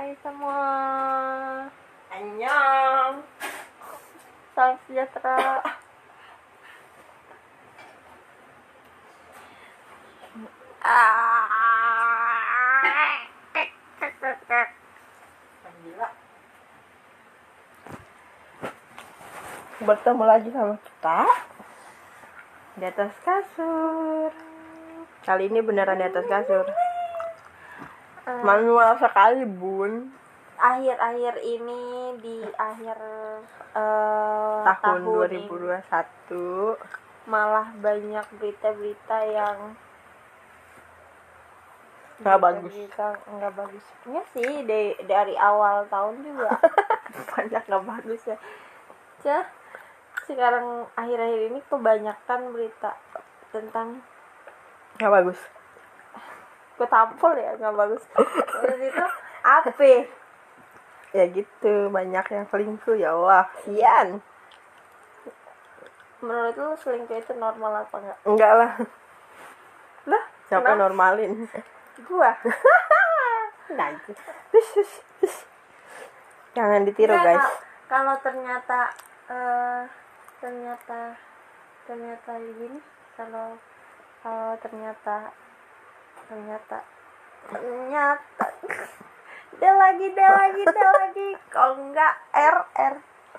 Hai semua. Annyeong. Salam sejahtera. Gila. Bertemu lagi sama kita di atas kasur. Kali ini beneran di atas kasur. Manual sekali, Bun. Akhir-akhir ini di akhir Tahun ini 2021 malah banyak berita-berita yang nggak bagus. Nggak bagusnya sih dari awal tahun juga Banyak nggak bagus ya. Cah, sekarang akhir-akhir ini kebanyakan berita tentang Nggak bagus. gue tampol ya nggak bagus. Terus itu apa? Ya gitu, banyak yang selingkuh, ya Allah. Sian. Menurut lu selingkuh itu normal apa enggak? Enggak lah. Lah, Siapa kenapa? normalin? Gua. Nah, itu. Jangan ditiru, Enggak, guys. Kalau ternyata begini, kalau ternyata dia lagi kok enggak RR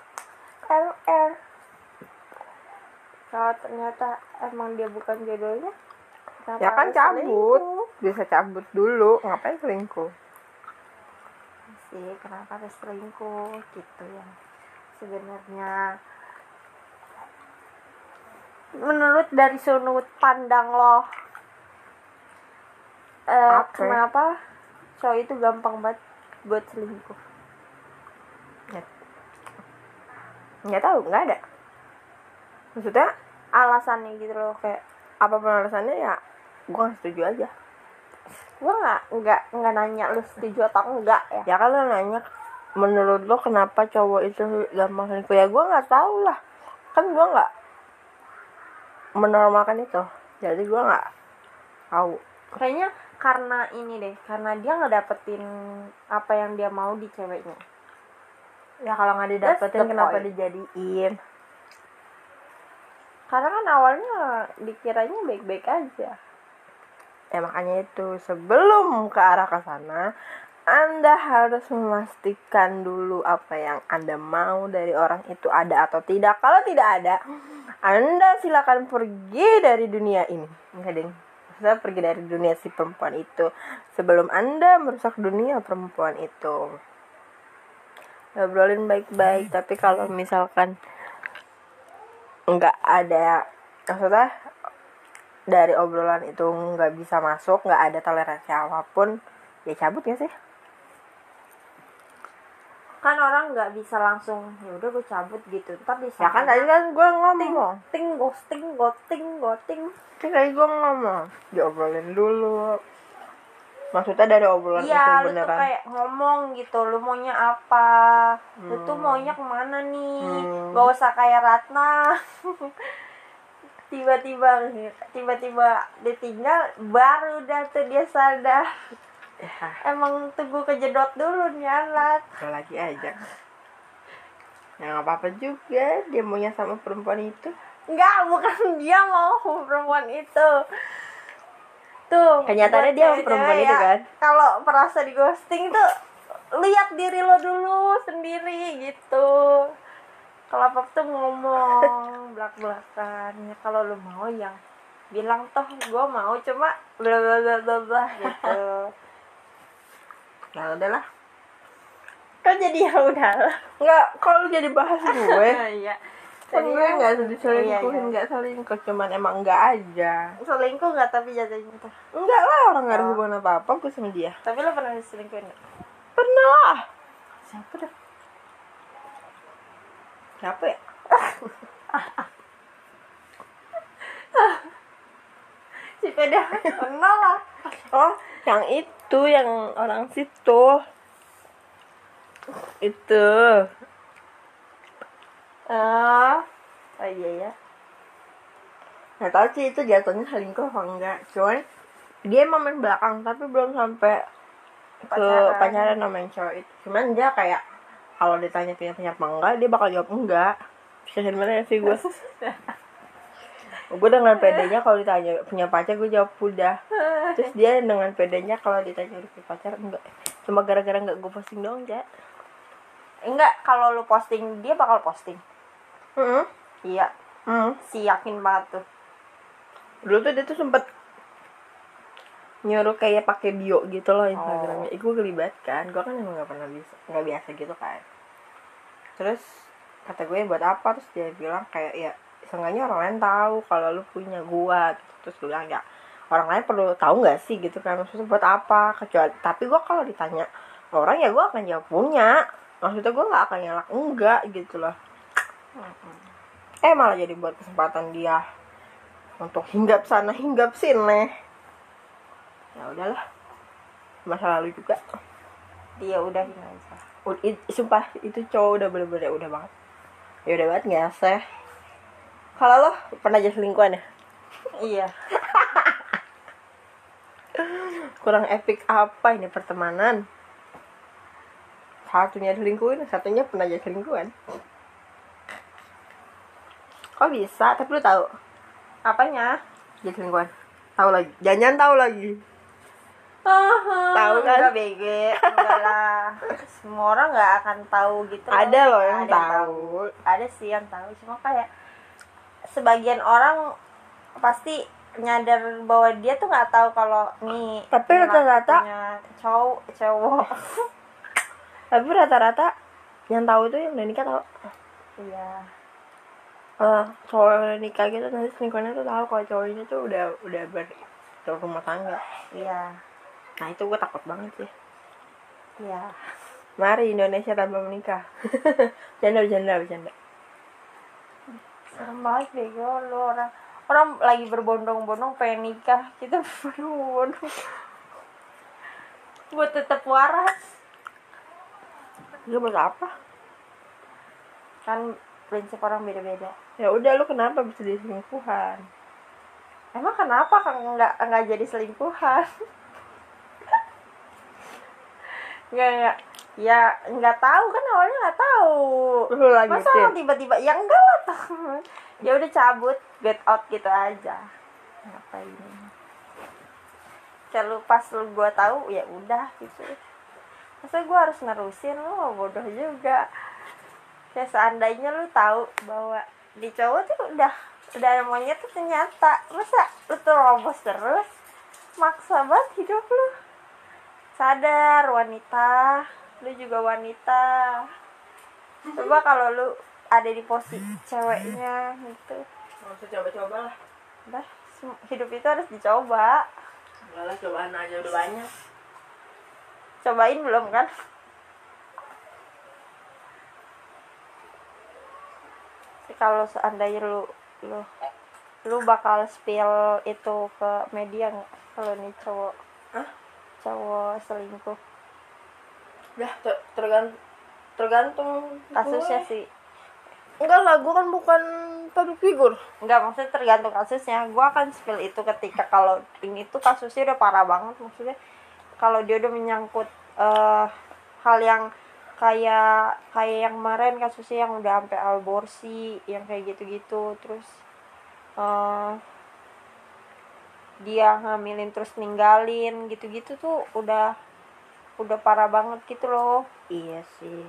kalau ternyata emang dia bukan jodohnya, kenapa Ya kan harus cabut. selingkuh? Bisa cabut dulu. Ngapain selingkuh? Sih, kenapa harus selingkuh gitu ya sebenarnya. Menurut dari sudut pandang lo, Apa? kenapa cowok itu gampang banget buat selingkuh? Nggak tahu, nggak ada. Maksudnya Alasannya gitu loh, kayak apapun alasannya ya gue nggak setuju aja. gue nggak nanya lu setuju atau enggak ya. Ya kan lo nanya, menurut lo kenapa cowok itu gampang selingkuh? Ya gue nggak tahu lah, kan gue nggak menormalkan itu, jadi gue nggak tahu. Kayaknya karena ini deh, karena dia nggak dapetin apa yang dia mau di ceweknya. Ya kalau nggak That's didapetin the kenapa point. dijadiin? Karena kan awalnya dikiranya baik-baik aja. Ya makanya itu, sebelum ke arah ke sana Anda harus memastikan dulu apa yang Anda mau dari orang itu ada atau tidak. Kalau tidak ada, Anda silakan pergi dari dunia ini. Enggak deng, maksudnya pergi dari dunia si perempuan itu sebelum Anda merusak dunia perempuan itu. Ngobrolin baik-baik, tapi kalau misalkan nggak ada, maksudnya dari obrolan itu nggak bisa masuk, nggak ada toleransi apapun, ya cabut ya sih. Kan orang nggak bisa langsung ya udah gue cabut gitu, ntar bisa Ya kan tadi kan gue ngomong, ghosting. kan tadi gue ngomong diobrolin dulu. Maksudnya dari obrolan itu Iya, lu tuh beneran kayak ngomong gitu, lu maunya apa, lu tuh maunya kemana nih, gak usah kayak Ratna. tiba-tiba ditinggal baru dah tuh dia sadar. ya, Emang tunggu kejedot dulu nih anak. kalau lagi aja ya nggak apa-apa juga dia maunya sama perempuan itu. Enggak, bukan dia mau perempuan itu. Tuh, Kenyataannya buat dia mau cewek-cewek perempuan ya, itu kan. kalau merasa di ghosting tuh lihat diri lo dulu sendiri gitu. Kalau apa tuh ngomong belak-belakan ya, kalau lo mau yang bilang toh gue mau cuma bla bla bla bla bla gitu. Ya udahlah. Kan jadi ya udahlah. Nggak, kalau jadi bahas gue Iya. kan gue nggak Iya. diselingkuhin, nggak selingkuh, cuman emang nggak aja. Selingkuh nggak tapi jatuhnya tuh. Enggak lah, orang nggak ada hubungan apa-apa gue sama dia. Tapi lo pernah diselingkuhin nggak? Pernah lah. Siapa dah? Siapa ya? Si Peda. Pernah lah. Oh, yang itu, yang orang situ. Itu. Oh iya ya. Nggak tahu sih itu jatuhnya selingkuh apa enggak. Cuman dia emang main belakang, tapi belum sampai pacaran sama yang cowok itu. Cuman dia kayak kalau ditanya punya apa enggak, dia bakal jawab enggak. Bisa sebenarnya sih gue. Gue dengan pedenya kalau ditanya punya pacar, gue jawab udah. Terus dia dengan pedenya kalau ditanya udah punya pacar enggak. Cuma gara-gara enggak gue posting doang, Ja. Enggak, kalau lu posting dia bakal posting. Iya, si yakin banget tuh. Dulu tuh dia tuh sempet nyuruh kayak pakai bio gitu loh Instagramnya. Gue gelibat kan, gue kan emang nggak biasa gitu kan. Terus kata gue buat apa, terus dia bilang kayak ya seenggaknya orang lain tahu kalau lu punya gua gitu. Terus gue bilang ya orang lain perlu tahu nggak sih gitu kan, maksudnya buat apa, kecuali tapi gue kalau ditanya orang ya gue akan jawab punya, maksudnya gue nggak akan nyalak enggak gitu loh. Malah jadi buat kesempatan dia untuk hinggap sana hinggap sini. Ya udahlah, masa lalu juga. Dia udahin aja. Sumpah itu cowok udah bener-bener udah banget. Ya udah banget nggak sih. Kalau lo pernah jadi selingkuhan ya? Iya. Kurang epic apa ini pertemanan? Satunya selingkuhin, satunya pernah jadi selingkuhan. Kok bisa? Tapi lo tahu Apanya? jadi selingkuhan? Tahu lagi? Jangan tahu lagi. Tahu kan? Enggak bege, enggak lah. Semua orang nggak akan tahu gitu. Ada loh yang Ada tahu. Ada sih yang tahu, cuma kayak sebagian orang pasti nyadar bahwa dia tuh nggak tahu kalau nih. Tapi rata-rata cowok. Tapi rata-rata yang tahu itu yang udah nikah tahu. Iya. Cowok yang udah nikah gitu nanti selingkuhannya tuh tahu kalau cowoknya tuh udah berumah tangga. Iya. Nah itu gue takut banget sih. Iya. Mari Indonesia tanpa menikah. Bercanda. Serem banget bego lu, orang lagi berbondong-bondong pengen nikah, kita berbondong-bondong buat tetap waras. Lu buat apa? Kan prinsip orang beda-beda. Ya udah, lu kenapa bisa jadi selingkuhan? Emang kenapa kan nggak jadi selingkuhan? nggak ya nggak tahu kan, awalnya nggak tahu. Lu lanjutin. Masa orang tiba-tiba ya enggak lah tuh. Ya udah cabut, get out gitu aja. Ngapain? Kalau pas gue tahu ya udah gitu. Masa gue harus nerusin, lo bodoh juga. Kayak seandainya lu tahu bahwa di cowok tuh udah ada maunya tuh ternyata, masa lu tuh lobos terus, maksa banget hidup lu. Sadar wanita, lu juga wanita. Coba kalau lu ada di posisi ceweknya gitu. Nggak usah coba-coba lah. Udah, hidup itu harus dicoba. Enggak lah, cobaan aja udah banyak. Cobain belum kan? Kalau seandainya lu bakal spill itu ke media nggak kalau nih cowok selingkuh? Udah tergantung Kasusnya gue. sih. Enggak lah, gue kan bukan public figure. Enggak, maksudnya tergantung kasusnya. Gue akan spill itu ketika kalau ini tuh kasusnya udah parah banget. Maksudnya kalau dia udah menyangkut hal yang kayak yang kemarin kasusnya yang udah sampai aborsi, yang kayak gitu-gitu. Terus dia ngamilin terus ninggalin gitu-gitu tuh udah parah banget gitu loh. Iya sih.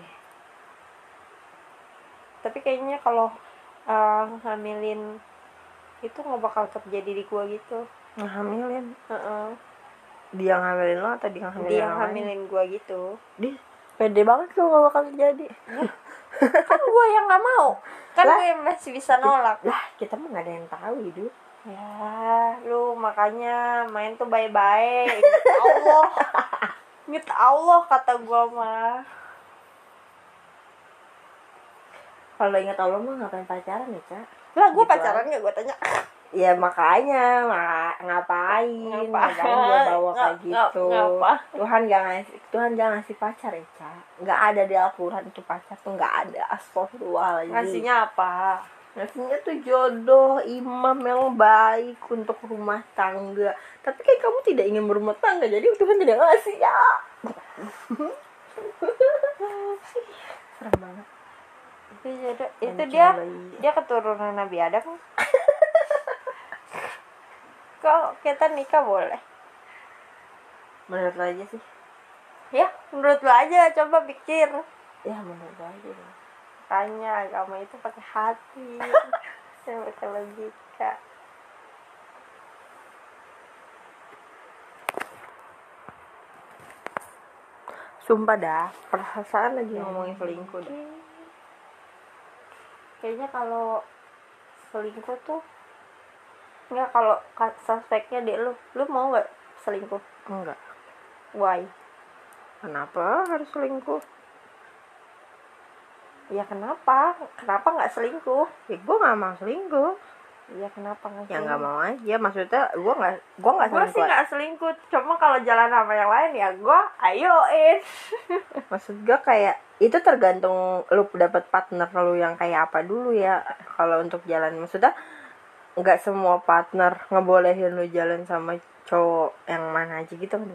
Tapi kayaknya kalau ngamilin itu nggak bakal terjadi di gua gitu. Ngamilin? Dia ngamilin lo atau dia ngamilin Dia orang ngamilin gua gitu. Dia pede banget lo gak bakal terjadi. Kan gua yang nggak mau. Kan gua yang masih bisa nolak. Lah kita mah gak ada yang tahu hidup. Ya, lu makanya main tuh baik-baik. Ingat Allah kata gua mah. Kalau ingat Allah mah ngapain pacaran ya, Cak? Lah gua Gitu pacaran enggak gua tanya. Ya makanya ngapain gue bawa kayak gitu. Tuhan gak ngasih pacar ya, Cak. Gak ada di Al-Quran itu pacar tuh, gak ada. Astagfirullahaladzim. Ngasihnya apa? Ngasihnya tuh jodoh, imam yang baik untuk rumah tangga. Tapi kayak kamu tidak ingin berumah tangga, jadi Tuhan tidak ngasih ya. Itu Anak dia bayi. dia keturunan Nabi Adam. Kok kita nikah boleh? Menurut lo aja sih. Ya, menurut lo aja, coba pikir. Ya menurut lo aja deh. Tanya, agama itu pakai hati. Yang pakai logika. Sumpah dah, perasaan lagi ngomongin selingkuh dah. Kayaknya kalau selingkuh tuh nggak, kalau suspeknya deh lu mau nggak selingkuh? Enggak. Why? Kenapa harus selingkuh? Ya kenapa nggak selingkuh? Ya gue gak mau selingkuh. Ya kenapa nggak Ya selingkuh? gak mau aja. Maksudnya gue gak Gue selingkuh. sih nggak selingkuh, cuma kalau jalan sama yang lain ya gue ayoin. Maksud gue kayak itu tergantung lu dapet partner lu yang kayak apa dulu ya. Kalau untuk jalan, maksudnya nggak semua partner ngebolehin lu jalan sama cowok yang mana aja gitu kan.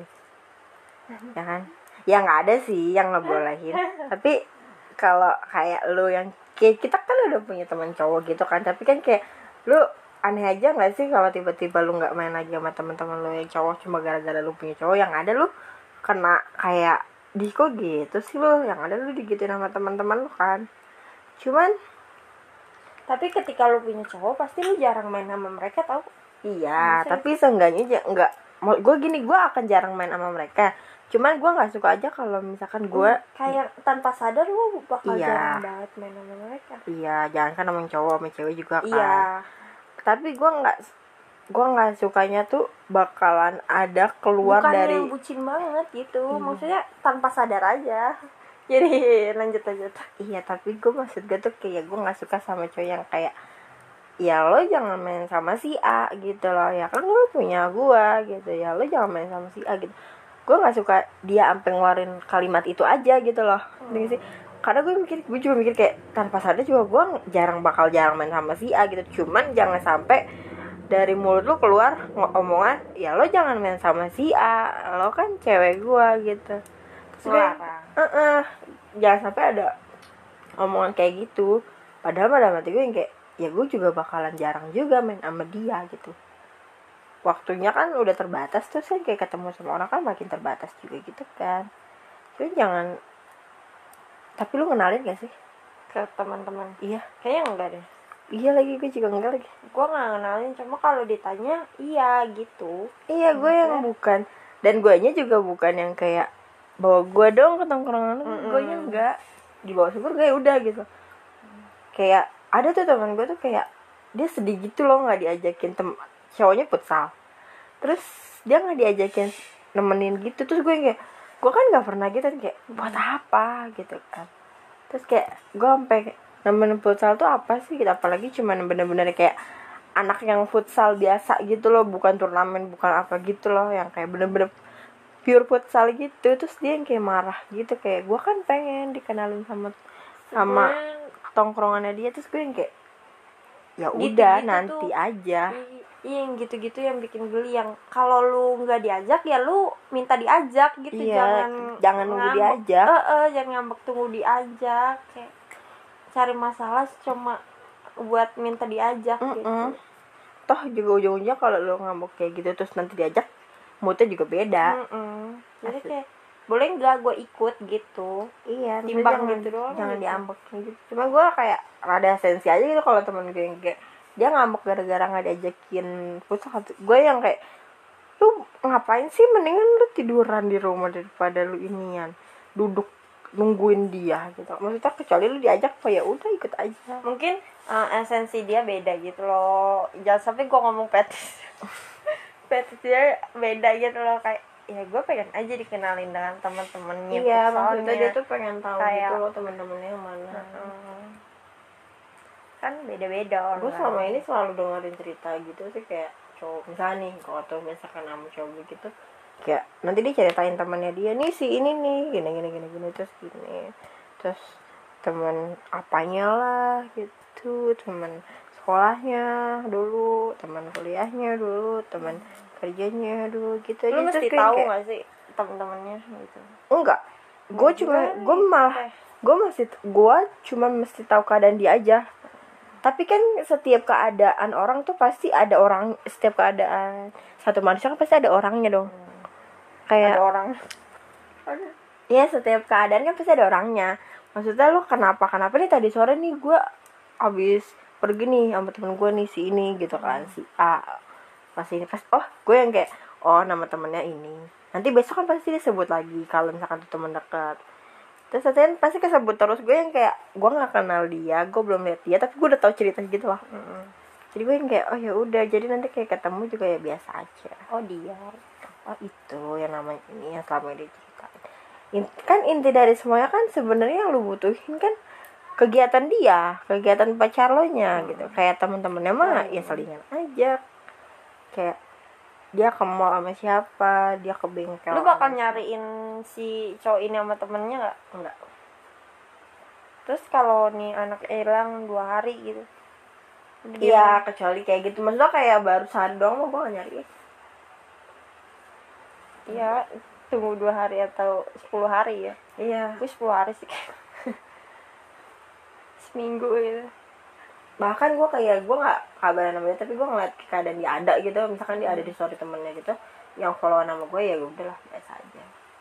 Ya kan? Ya nggak ada sih yang ngebolehin. Tapi kalau kayak lu yang kayak kita kan udah punya teman cowok gitu kan, tapi kan kayak lu aneh aja nggak sih kalau tiba-tiba lu nggak main lagi sama teman-teman lu yang cowok cuma gara-gara lu punya cowok, yang ada lu kena kayak di kok gitu sih lu, yang ada lu digituin sama teman-teman lu kan. Cuman Tapi ketika lu punya cowok pasti lu jarang main sama mereka, tau? iya, Maksudnya- tapi seenggaknya nggak, gue gini, gue akan jarang main sama mereka. Cuman gue nggak suka aja kalau misalkan gue kayak tanpa sadar lu bakal Iya. jarang banget main sama mereka. iya, jangan kan sama cowok sama cewek juga kan. Iya. Tapi gue nggak sukanya tuh bakalan ada keluar Bukan dari yang bucin banget gitu, maksudnya tanpa sadar aja. Jadi lanjut. iya, tapi gue maksud gue tuh kayak gue nggak suka sama cowok yang kayak ya lo jangan main sama si A gitu loh, ya kan lo punya gue gitu, ya lo jangan main sama si A gitu. Gue nggak suka dia sampai ngeluarin kalimat itu aja gitu loh. Ngerti sih, karena gue juga mikir kayak tanpa sadar juga gue jarang main sama si A gitu. Cuman jangan sampai dari mulut lu keluar omongan ya lo jangan main sama si A, lo kan cewek gue gitu. Terus gue Ngelarang. jangan sampai ada omongan kayak gitu. Padahal pada mati gue yang kayak ya gue juga bakalan jarang juga main sama dia gitu. Waktunya kan udah terbatas, terus kan kayak ketemu sama orang kan makin terbatas juga gitu kan. Jadi jangan. Tapi lu kenalin gak sih Ke teman-teman? Iya. Kayaknya enggak deh. Iya lagi, gue juga enggak lagi. Gue nggak kenalin, cuma kalau ditanya iya gitu. Iya, gue yang bukan. Dan guanya juga bukan yang kayak bawa gue dong ke tongkrongan. Gue nya enggak. Di bawah syukur gue udah gitu. Kayak ada tuh teman gue tuh kayak dia sedih gitu loh nggak diajakin cowoknya futsal. Terus dia nggak diajakin nemenin gitu. Terus gue kayak gue kan nggak pernah gitu, kayak buat apa gitu kan. Terus kayak gue sampai nemenin futsal tuh apa sih gitu, apalagi cuman bener-bener kayak anak yang futsal biasa gitu loh, bukan turnamen, bukan apa gitu loh, yang kayak bener-bener pure futsal gitu. Terus dia yang kayak marah gitu, kayak gue kan pengen dikenalin sama tongkrongannya dia. Terus gue yang kayak ya udah Gitu-gitu nanti tuh. aja. Iya, yang gitu-gitu yang bikin geli, yang kalau lu nggak diajak ya lu minta diajak gitu. Iya, jangan nunggu diajak. Jangan ngambek tunggu diajak, kayak cari masalah cuma buat minta diajak gitu. Toh juga ujung-ujungnya kalau lu ngambek kayak gitu terus nanti diajak, moodnya juga beda. Jadi kayak boleh nggak gue ikut gitu. Iya, Timbang jangan, gitu doang jangan gitu. diambek gitu. Cuma gue kayak rada sensi aja gitu kalau temen gue yang kayak dia ngambek gara-gara nggak diajakin futsal. Gue yang kayak lu ngapain sih, mendingan lu tiduran di rumah daripada lu inian duduk nungguin dia gitu. Maksudnya kecuali lu diajak, oh ya udah ikut aja. Mungkin esensi dia beda gitu loh. Jangan sampai gue ngomong petis. Petis dia beda gitu loh, kayak ya gue pengen aja dikenalin dengan teman-temannya. Iya, futsalnya. maksudnya dia tuh pengen tahu Kayak- gitu loh teman-temannya yang mana. Kan beda-beda orang. Gue selama ini selalu dengerin cerita gitu sih, kayak cowok misalnya nih, kalau tuh misalkan sama cowok gitu, kayak nanti dia ceritain temannya dia nih, si ini nih gini terus gini, terus teman apanya lah gitu, teman sekolahnya dulu, teman kuliahnya dulu, teman kerjanya dulu gitu. Lu Jadi mesti terus kayak- tahu kayak, nggak sih teman-temannya gitu? enggak, gue cuma mesti tahu keadaan dia aja. Tapi kan setiap keadaan orang tuh pasti ada orang, setiap keadaan satu manusia kan pasti ada orangnya dong. Kayak ada orang. ya setiap keadaan kan pasti ada orangnya. Maksudnya lu kenapa nih tadi sore nih gue abis pergi nih sama temen gue nih si ini gitu kan, si A pas ini pas gue yang kayak nama temennya ini, nanti besok kan pasti disebut lagi kalau misalkan tuh temen dekat. Terus katanya pasti kesebut terus, gue yang kayak gue nggak kenal dia, gue belum lihat dia, tapi gue udah tahu cerita gitu lah. Jadi gue yang kayak ya udah, jadi nanti kayak ketemu juga ya biasa aja. Dia Itu yang namanya ini yang selama ini diceritain. Kan inti dari semuanya kan sebenarnya yang lu butuhin kan kegiatan dia, kegiatan pacar lo nya gitu. Kayak temen-temennya mah ya selingan aja. Kayak dia ke mall sama siapa, dia ke bengkel. lu bakal nyariin si cowok ini sama temennya nggak? Enggak. Terus kalau nih anak hilang 2 hari gitu, Iya, kecuali kayak gitu. Maksudnya kayak baru sehari doang mau gue gak nyari. iya, tunggu 2 hari atau 10 hari ya. Iya. Gue 10 hari sih seminggu gitu. Bahkan gue kayak gue nggak kabaran sama dia, tapi gue ngeliat keadaan dia ada gitu. Misalkan dia ada di story temennya gitu yang follow nama gue, ya udahlah biasa aja.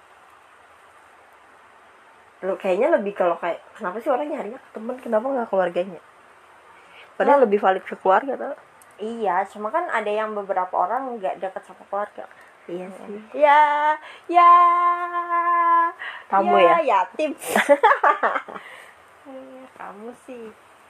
Lu kayaknya lebih kalau kayak kenapa sih orang nyarinya ke temen, kenapa nggak keluarganya? Padahal lebih valid ke keluarga tau. Iya, cuma kan ada yang beberapa orang nggak deket sama keluarga. Iya sih. Ya Kamu ya? yatim. Kamu sih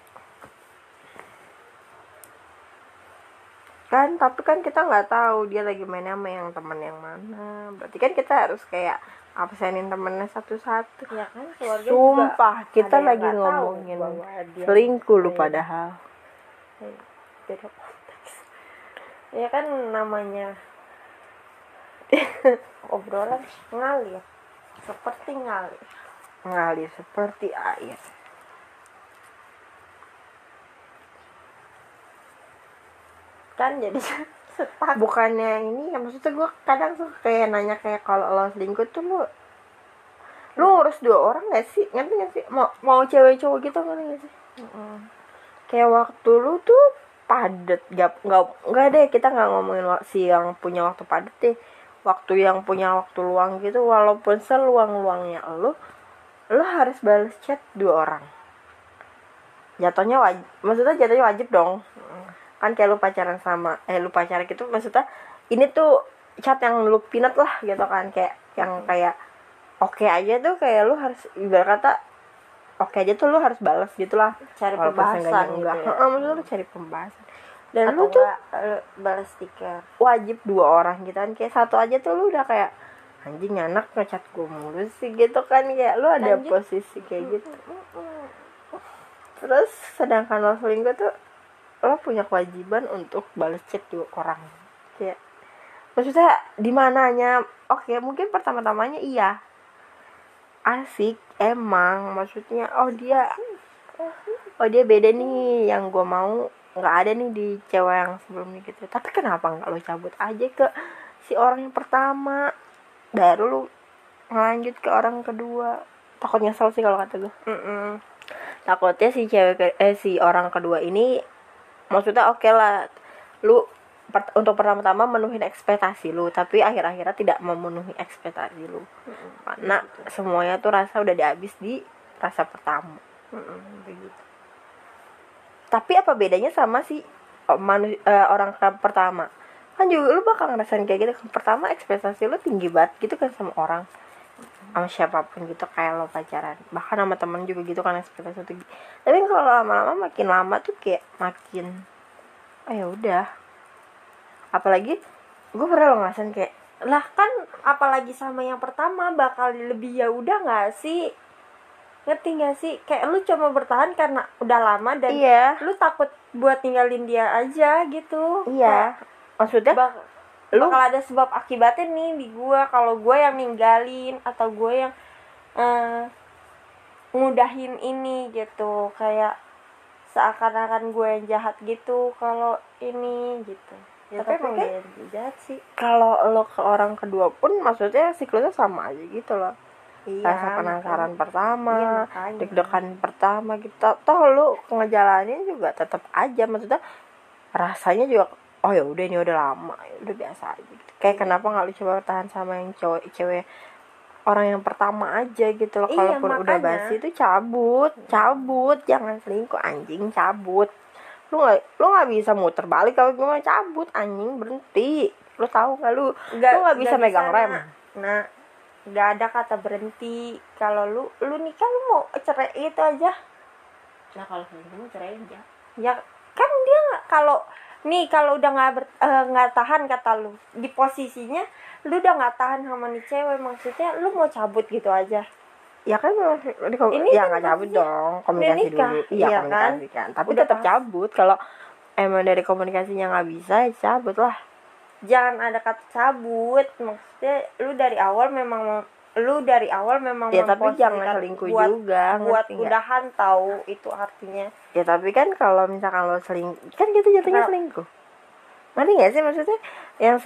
Kan, tapi kan kita nggak tahu dia lagi main sama yang temen yang mana. Berarti kan kita harus kayak absenin temennya satu-satu. ya kan, keluarga Sumpah, juga kita ada yang lagi nggak tahu ngomongin bahwa dia selingkuh lu padahal. beda konteks. Ya kan namanya obrolan ngalir seperti Ngalir seperti air. kan, jadi setak. Bukannya ini ya, maksudnya gue kadang suka kayak nanya kayak kalau lo selingkuh tuh lu ngurus 2 orang gak sih? Ngerti gak sih? Mau cewek cowok gitu ngerti gak sih? Kayak waktu lu tuh padet, nggak deh, kita nggak ngomongin si yang punya waktu padet deh, waktu yang punya waktu luang gitu. Walaupun seluang-luangnya lu harus balas chat 2 orang, maksudnya jatuhnya wajib dong. Kan kayak lu pacaran lu pacaran gitu, maksudnya ini tuh chat yang lu pinat lah gitu kan, kayak yang kayak oke aja tuh kayak lu harus, ibarat kata oke aja tuh lu harus balas gitulah, Cari walaupun pembahasan seenggaknya enggak. gitu ya. Maksudnya lu cari pembahasan. Dan Atau lu tuh enggak balas stiker. wajib 2 orang gitu kan, kayak satu aja tuh lu udah kayak anjing anak ngechat gue mulu sih gitu kan, kayak lu ada Lanjut. posisi kayak gitu. Terus sedangkan lo selingkuh tuh lo punya kewajiban untuk balas chat 2 orang. Kayak maksudnya di mananya? Oke, mungkin pertama-tamanya iya asik emang, maksudnya dia beda nih, yang gue mau nggak ada nih di cewek yang sebelumnya gitu. Tapi kenapa nggak lo cabut aja ke si orang yang pertama, baru lo ngelanjut ke orang kedua? Takut nyesel sih kalau kata gue. Takutnya si orang kedua ini, maksudnya oke lah lu untuk pertama-tama menuhin ekspektasi lu, tapi akhir-akhirnya tidak memenuhi ekspektasi lu. Karena semuanya tuh rasa udah dihabis di rasa pertama. Begitu. Tapi apa bedanya sama si orang pertama? Kan juga lu bakal ngerasain kayak gitu. Pertama ekspektasi lu tinggi banget gitu kan sama orang, sama siapapun gitu, kayak lo pacaran, bahkan sama temen juga gitu kan ekspektasi tinggi. Tapi kalau lama-lama makin lama tuh kayak makin ya udah. Apalagi gue pernah lo ngerasain kayak Lah kan apalagi sama yang pertama bakal lebih ya udah nggak sih? Ngerti nggak sih? Kayak lu cuma bertahan karena udah lama dan iya, lu takut buat ninggalin dia aja gitu. iya, maksudnya lu Bakal ada sebab akibatnya nih di gua, kalau gua yang ninggalin atau gua yang ngudahin ini gitu, kayak seakan-akan gue yang jahat gitu kalau ini gitu. Ya, tapi tapi emang kan dia jahat sih. kalau lo ke orang kedua pun maksudnya siklusnya sama aja gitu loh. rasa penasaran pertama, iya, makanya. deg-degan pertama gitu. Toh lu ngejalanin juga tetap aja, maksudnya rasanya juga oh ya udah ini udah lama, ya udah biasa aja gitu. Kayak kenapa nggak lu coba bertahan sama yang cewek orang yang pertama aja gitu loh. Iya, Kalaupun udah makanya. basi itu cabut, jangan selingkuh anjing, cabut. Lu nggak bisa muter balik, kalau gue mau cabut anjing, berhenti. Lu tahu nggak lu nggak bisa megang rem. Nah, nggak ada kata berhenti. Kalau lu nikah lu mau cerai itu aja. Nah kalau selingkuh mau cerai aja. Ya kan dia kalau udah nggak tahan kata lu di posisinya, lu udah nggak tahan sama nih cewek, maksudnya lu mau cabut gitu aja. Ya kan Ini ya kan nggak cabut maksudnya dong, komunikasi nikah, dulu. Iya iya komunikasi kan. Tapi Udah tetap cabut. Kalau emang dari komunikasinya nggak bisa, ya cabut lah. Jangan ada kata cabut, maksudnya lu dari awal memang Ya tapi jangan memposisikan selingkuh buat, juga, buat ngerti nggak? udahan, tahu itu artinya. Ya tapi kan kalau misalkan lo selingkuh, kan gitu jatuhnya Kalau- selingkuh. Ngerti nggak sih maksudnya? Yang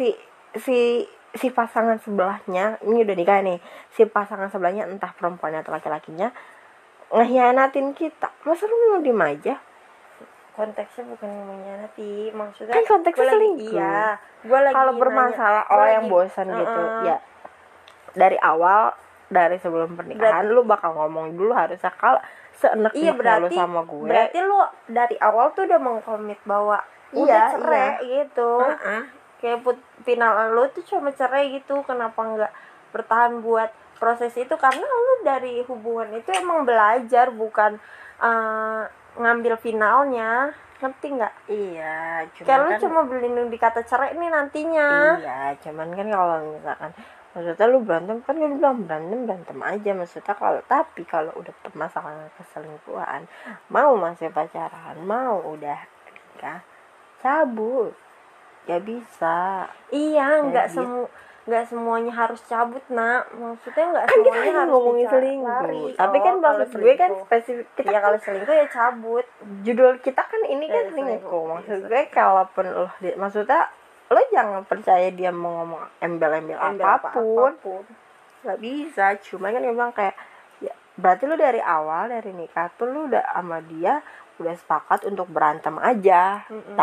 si pasangan sebelahnya ini udah nikah nih, si pasangan sebelahnya entah perempuannya atau laki-lakinya ngehianatin kita, masa lu mau diem aja? Konteksnya bukan mengkhianati, maksudnya Kan konteksnya gua lagi- selingkuh. Iya, gua lagi Kalau nanya- bermasalah gua orang yang lagi- bosan gitu, ya dari awal, dari sebelum pernikahan lu bakal ngomong dulu harusnya. Kalau seenak Iya, lu sama gue, berarti lu dari awal tuh udah mengkomit bahwa udah cerai gitu. Kayak final lu tuh cuma cerai gitu, kenapa nggak bertahan buat proses itu? Karena lu dari hubungan itu emang belajar, bukan ngambil finalnya, ngerti nggak? Iya, Kayak lu kan, cuma berlindung di kata cerai nih nantinya. iya, cuman kan kalau misalkan maksudnya lu berantem, kan gue bilang berantem aja maksudnya. Kalau udah permasalahan keselingkuhan, mau masih pacaran, mau udah nikah, cabut. Ya bisa. Iya, Kayak nggak semuanya harus cabut, nak. Maksudnya nggak kan kita semuanya lagi harus ngomongin lari. selingkuh, tapi kan Kalau maksud gue kan selingkuh. spesifik kita Ya kalau selingkuh ya cabut. judul kita kan ini kan Ya, selingkuh. selingkuh. Maksud gue kalaupun maksudnya lo jangan percaya dia mau ngomong embel-embel apapun, nggak bisa. Cuma kan memang kayak ya, berarti lo dari awal, dari nikah tuh lo udah sama dia udah sepakat untuk berantem aja.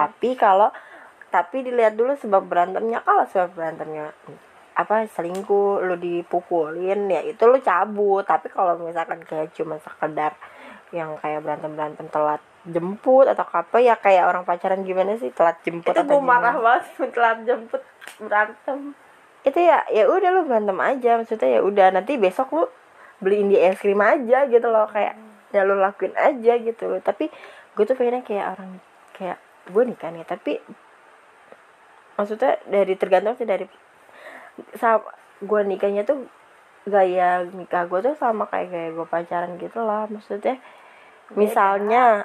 Tapi dilihat dulu sebab berantemnya. Kalau sebab berantemnya selingkuh, lo dipukulin, ya itu lo cabut. Tapi kalau misalkan kayak cuma sekedar yang kayak berantem telat jemput atau apa, ya kayak orang pacaran gimana sih, telat jemput Itu atau gue marah gimana, banget telat jemput berantem. itu ya udah lo berantem aja. Maksudnya ya udah, nanti besok lo beliin dia es krim aja gitu loh, kayak ya lo lakuin aja gitu loh. Tapi gue tuh pengennya kayak orang, kayak gue nikah nih, tapi maksudnya tergantung sih dari gue nikahnya tuh, gaya nikah gue tuh sama kayak gaya gue pacaran gitu lah. Maksudnya misalnya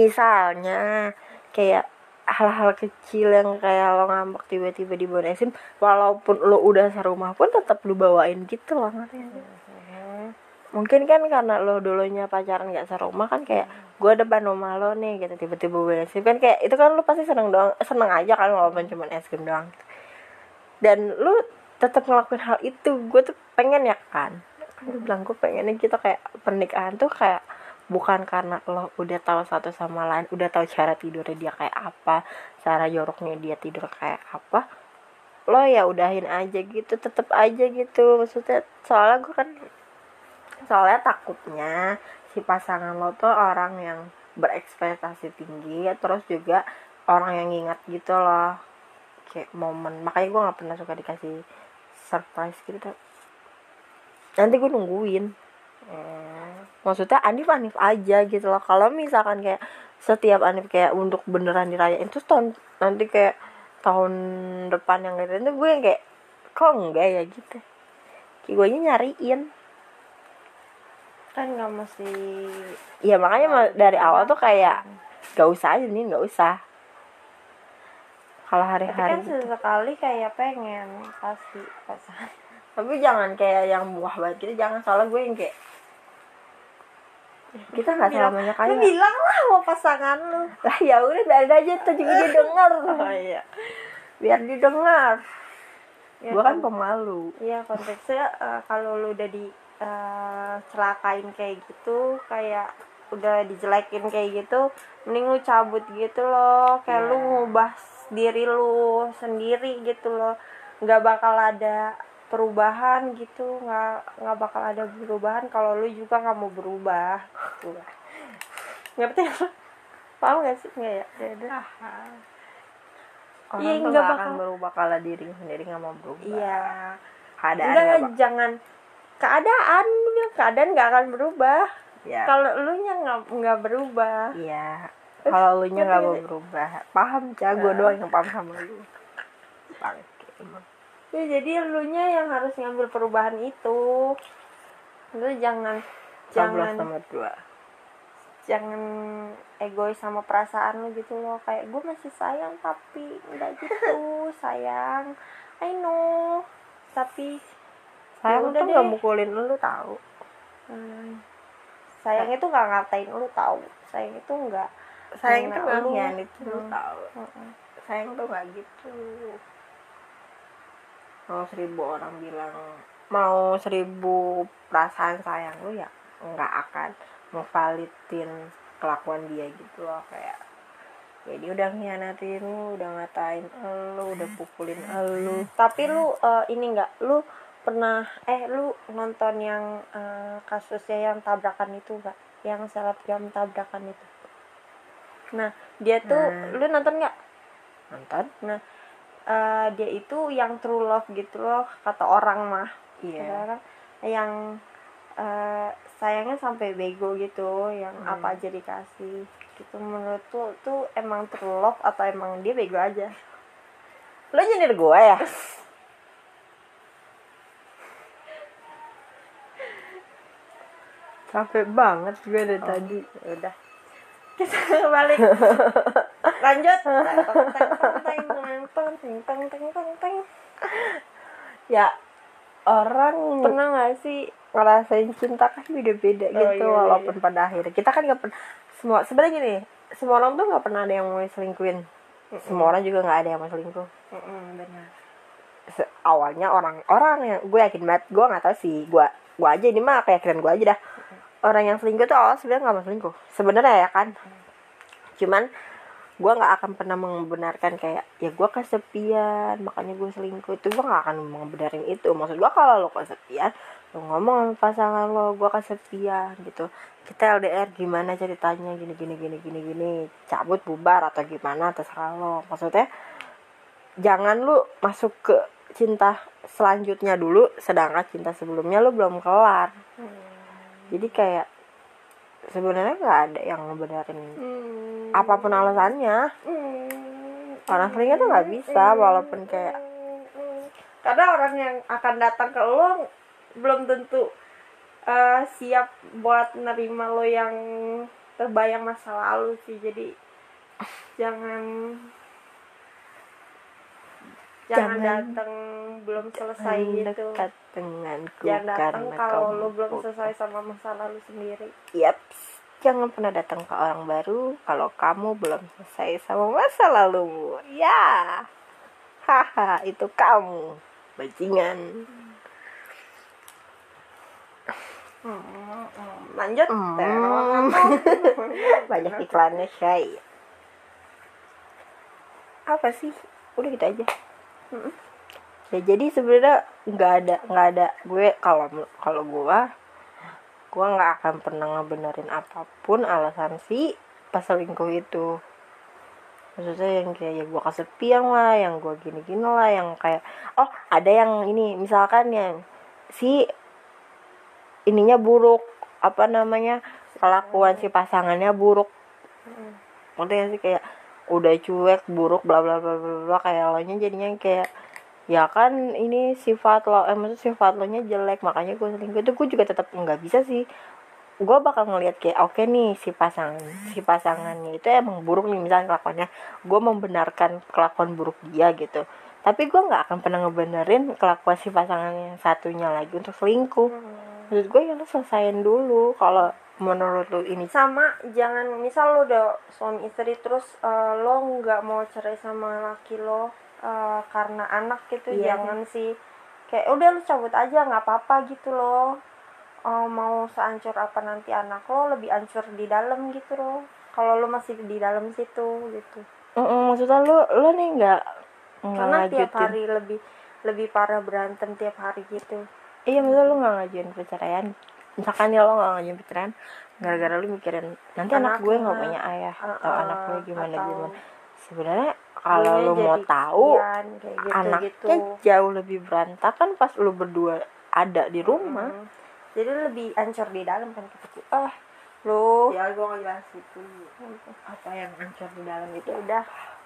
kayak hal-hal kecil yang kayak lo ngambek tiba-tiba dibawain es krim, walaupun lo udah serumah pun tetap lo bawain gitu loh, ngerti gak? Mungkin kan karena lo dulunya pacaran gak serumah kan, kayak gue depan rumah lo nih gitu, tiba-tiba bawain es krim kan, kayak itu kan lo pasti seneng aja kan, walaupun cuma es krim doang gitu. Dan lo tetap ngelakuin hal itu. Gue tuh pengen ya kan gue bilang gue pengennya gitu, kayak pernikahan tuh kayak bukan karena lo udah tahu satu sama lain, udah tahu cara tidurnya dia kayak apa, cara joroknya dia tidur kayak apa, lo ya udahin aja gitu, tetep aja gitu. Maksudnya soalnya takutnya si pasangan lo tuh orang yang berekspektasi tinggi, terus juga orang yang ingat gitu loh, kayak momen. Makanya gue nggak pernah suka dikasih surprise gitu, nanti gue nungguin. Maksudnya Anif aja gitu loh. Kalau misalkan kayak setiap Anif kayak untuk beneran dirayain, terus nanti kayak tahun depan yang gitu, itu gue yang kayak kok enggak ya gitu, kayak gue nyariin Kan nggak mesti. ya. Makanya dari awal tuh kayak gak usah aja nih, gak usah. Kalau Tapi hari-hari kan sesekali kayak pengen pasti pasangan. tapi jangan kayak yang buah banget gitu, jangan. Soalnya gue yang kayak kita nggak selamanya Lu kaya. bilang lah mau pasangan lu. Lah ya udah, biarin aja tuh, juga dia denger. Oh iya. Biar didengar. Ya, Gue kan pemalu. Iya, konteksnya kalau lu udah celakain kayak gitu, kayak udah dijelekin kayak gitu, mending lu cabut gitu loh, kayak lu ngubah diri lu sendiri gitu loh, nggak bakal ada perubahan gitu, nggak bakal ada perubahan kalau lu juga nggak mau berubah gitu. Ngerti? Paham gak sih? Nggak ya? Udah. Orang Iya, tuh nggak nggak akan bakal. berubah kalau diri sendiri nggak mau berubah. Iya. Keadaan Enggak, nggak bakal. jangan keadaan nggak akan berubah. Ya. Kalau lu nya nggak berubah. Iya. Kalau lu nya nggak mau Ngerti? berubah, paham gue doang yang paham sama lu. Bangke emang. Ya, jadi lu nya yang harus ngambil perubahan itu. Lu jangan 11 nomor 2. jangan egois sama perasaan lu gitu loh, kayak gue masih sayang tapi nggak gitu sayang, I know, tapi Sayang udah tuh nggak deh. mukulin lu tahu. Sayang itu nggak ngatain lu tahu, sayang itu nggak Sayang tuh ngena nggak lu. ngianit lu tahu. Sayang tuh nggak gitu. Mau 1000 orang bilang, mau 1000 perasaan sayang lu ya nggak akan ngevalidin kelakuan dia gitu loh, kayak ya dia udah ngianatin lu, udah ngatain lu, udah pukulin lu. Tapi lu ini nggak, lu pernah lu nonton yang kasusnya yang tabrakan itu nggak, yang selebgram tabrakan itu? Nah dia tuh lu nonton nggak? Nonton? Nah dia itu yang true love gitu loh kata orang mah. Iya. Orang yang sayangnya sampai bego gitu, yang apa aja dikasih gitu. Menurut tuh emang true love atau emang dia bego aja? Lo nyindir gue ya? Capek banget gue dari tadi. Udah, kita balik. Lanjut. Ya, orang Pernah nggak sih ngerasain cinta kan beda-beda gitu, iya, walaupun pada akhirnya kita kan nggak pernah, semua sebenarnya gini, semua orang tuh nggak pernah ada yang mau selingkuhin. Semua orang juga nggak ada yang mau selingkuh. benar. Awalnya orang-orang yang gue yakin banget, gue nggak tahu sih, gue aja ini mah keyakinan gue aja dah, orang yang selingkuh tuh awal sebenarnya nggak mau selingkuh sebenarnya ya kan. Cuman gue nggak akan pernah membenarkan kayak ya gue kesepian makanya gue selingkuh, itu gue nggak akan membenarin itu. Maksud gue kalau lo kesepian, lo ngomong sama pasangan lo, gue kesepian gitu, kita LDR gimana ceritanya, gini, cabut bubar atau gimana terserah lo. Maksudnya jangan lu masuk ke cinta selanjutnya dulu sedangkan cinta sebelumnya lu belum kelar. Jadi kayak sebenarnya nggak ada yang ngebenerin apapun alasannya. Orang selingkuh tuh nggak bisa, walaupun kayak karena orang yang akan datang ke lo belum tentu siap buat nerima lo yang terbayang masa lalu sih. Jadi jangan datang belum selesai gitu. dekat denganku Jangan datang karena kalau kamu lo belum selesai sama masa lalu sendiri. Yaps, jangan pernah datang ke orang baru kalau kamu belum selesai sama masa lalumu. Ya, haha, itu kamu bajingan. Lanjut. Banyak iklannya, Shay. Apa sih? Udah gitu aja. Ya jadi sebenarnya nggak ada gue kalau gue nggak akan pernah ngebenerin apapun alasan si pas selingkuh itu. Maksudnya yang kayak ya gue kesepian lah, yang gue gini lah, yang kayak ada yang ini misalkan yang si ininya buruk, apa namanya, kelakuan si pasangannya buruk. Maksudnya sih kayak udah cuek, buruk, bla bla bla bla, kayak lo nya jadinya kayak ya kan ini sifat lo, maksudnya sifat lo nya jelek makanya gue selingkuh. Itu gue juga tetap nggak bisa sih. Gue bakal ngelihat kayak oke nih si pasangannya itu emang buruk nih misalnya kelakuannya, gue membenarkan kelakuan buruk dia gitu, tapi gue nggak akan pernah ngebenerin kelakuan si pasangannya satunya lagi untuk selingkuh. Maksud gue ya lo selesain dulu kalau menurut lo ini. Sama jangan misal lo udah suami istri terus lo nggak mau cerai sama laki lo karena anak gitu. Iya, jangan sih kayak udah lo cabut aja nggak apa-apa gitu loh. mau seancur apa nanti anak lo, lebih ancur di dalam gitu loh kalau lo masih di dalam situ gitu. Maksudnya lo nih nggak Karena tiap ngajutin. hari lebih parah berantem tiap hari gitu. Iya, maksudnya lo nggak ngajuin perceraian. Misalkan ya lo nggak ngajuin perceraian gara-gara lo mikirin nanti anak gue nggak punya ayah atau anak gue gimana. Sebenarnya kalau lo mau tahu gitu, anaknya jauh lebih berantakan pas lo berdua ada di rumah. Jadi lebih ancur di dalam kan kita. Lo Ya gue nggak jelas itu apa yang ancur di dalam itu. udah.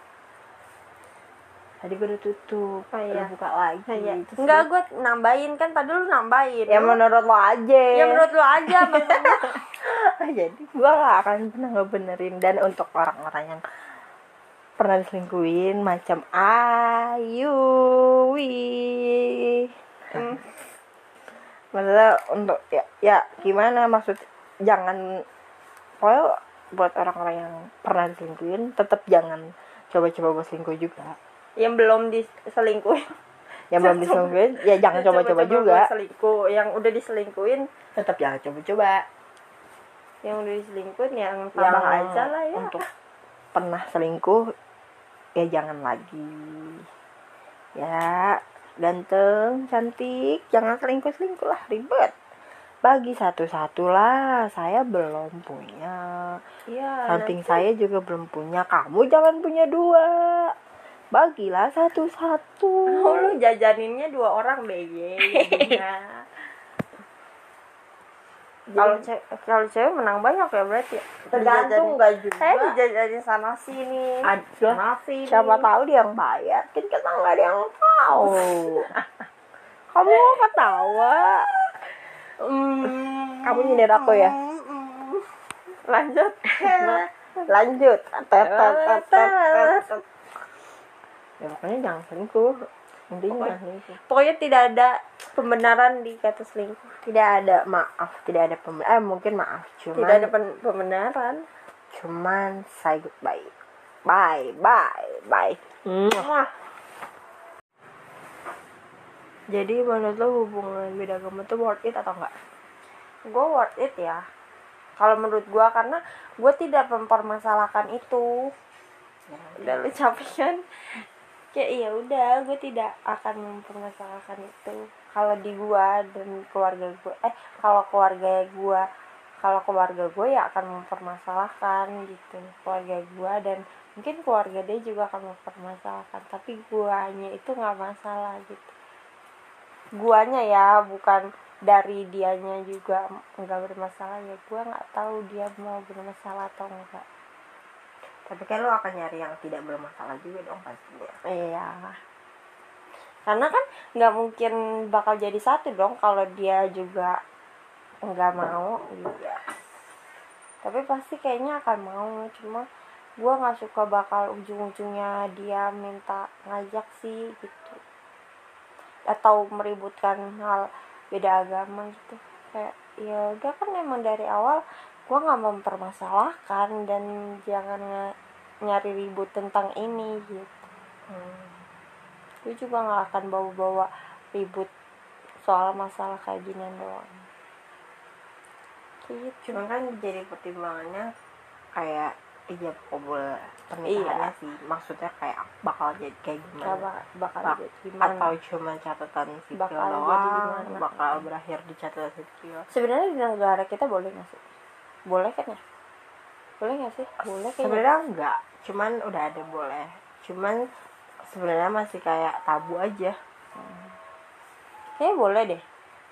Tadi gue udah tutup, Iya. lo buka lagi. Enggak, gue nambahin kan, tadi lu nambahin. Ya menurut lo aja. Ya menurut lu aja maksudnya. Jadi gue gak akan pernah ngebenerin. Dan untuk orang-orang yang pernah diselingkuhin macam Ayuwi, maksudnya untuk ya gimana, maksud jangan, pokoknya buat orang-orang yang pernah diselingkuhin tetap jangan coba-coba buat selingkuh juga. Yang belum diselingkuhin, yang belum diselingkuhin ya jangan coba-coba juga. Selingkuh, yang udah diselingkuhin tetap jangan coba-coba. Yang udah diselingkuhin yang tabah aja lah ya. Untuk pernah selingkuh ya jangan lagi. Ya ganteng, cantik, jangan selingkuh lah, ribet. Bagi satu-satu lah, saya belum punya. Iya. Samping saya juga belum punya, kamu jangan punya dua. Bagilah satu-satu. Oh, lu jajaninnya 2 orang BY jadinya. Kalau cewek menang banyak ya berarti ya? Tergantung nggak juga. Saya dijajanin sana sini. Nasi. Siapa tahu dia yang bayar. Kan kita nggak ada yang tahu. Kamu ketawa. Kamu nyindir aku ya. Lanjut. Lanjut. Ya pokoknya jangan selingkuh. Intinya pokoknya tidak ada pembenaran di kata selingkuh. Tidak ada maaf, tidak ada mungkin maaf, cuman tidak ada pembenaran. Cuman say goodbye. Bye. Jadi menurut lo hubungan beda agama tuh worth it atau enggak? Gue worth it ya. Kalau menurut gue, karena gue tidak mempermasalahkan itu. Udah lu capek kan? Kayak ya udah, gue tidak akan mempermasalahkan itu. Kalau di gue dan keluarga gue, kalau keluarga gue ya akan mempermasalahkan gitu. Keluarga gue dan mungkin keluarga dia juga akan mempermasalahkan. Tapi guanya itu nggak masalah gitu. Guanya ya, bukan dari dianya juga nggak bermasalah ya. Gue nggak tahu dia mau bermasalah atau enggak. Tapi kan lo akan nyari yang tidak bermasalah juga dong pastinya. Iya. Karena kan nggak mungkin bakal jadi satu dong kalau dia juga nggak mau gitu. Tapi pasti kayaknya akan mau. Cuma gue nggak suka bakal ujung-ujungnya dia minta ngajak sih gitu. Atau meributkan hal beda agama gitu. Kayak ya udah kan emang dari awal gue nggak mempermasalahkan dan jangan nyari ribut tentang ini gitu. Gue juga nggak akan bawa-bawa ribut soal masalah kayak gini doang. Gitu. Cuma kan jadi pertimbangannya kayak ijab kabul pernikahannya sih. Maksudnya kayak bakal jadi kayak gimana? Bakal jadi gimana? Atau cuma catatan sipil doang? Bakal berakhir di catatan sipil. Sebenarnya di negara kita boleh nggak sih? Boleh kan ya? Boleh nggak sih? Boleh kayaknya. Sebenarnya enggak, cuman udah ada boleh. Cuman sebenarnya masih kayak tabu aja. Kayaknya boleh deh.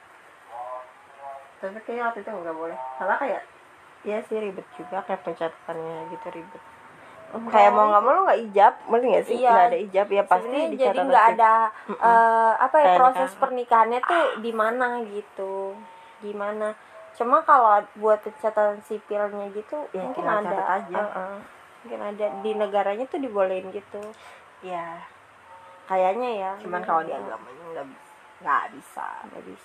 Tapi kayaknya waktu itu enggak boleh. Karena kayak iya sih ribet juga, kayak pencatatannya gitu ribet. Kayak mau nggak mau lo nggak ijab, mesti nggak sih? Nggak ada ijab ya pasti dicatat. Jadi nggak ada proses pernikahannya tuh di mana gitu, gimana? Cuma kalau buat pencatatan sipilnya gitu ya, mungkin ada aja. Mungkin ada di negaranya tuh dibolehin gitu. Ya. Kayaknya ya. Cuman kalau di agamanya nggak bisa.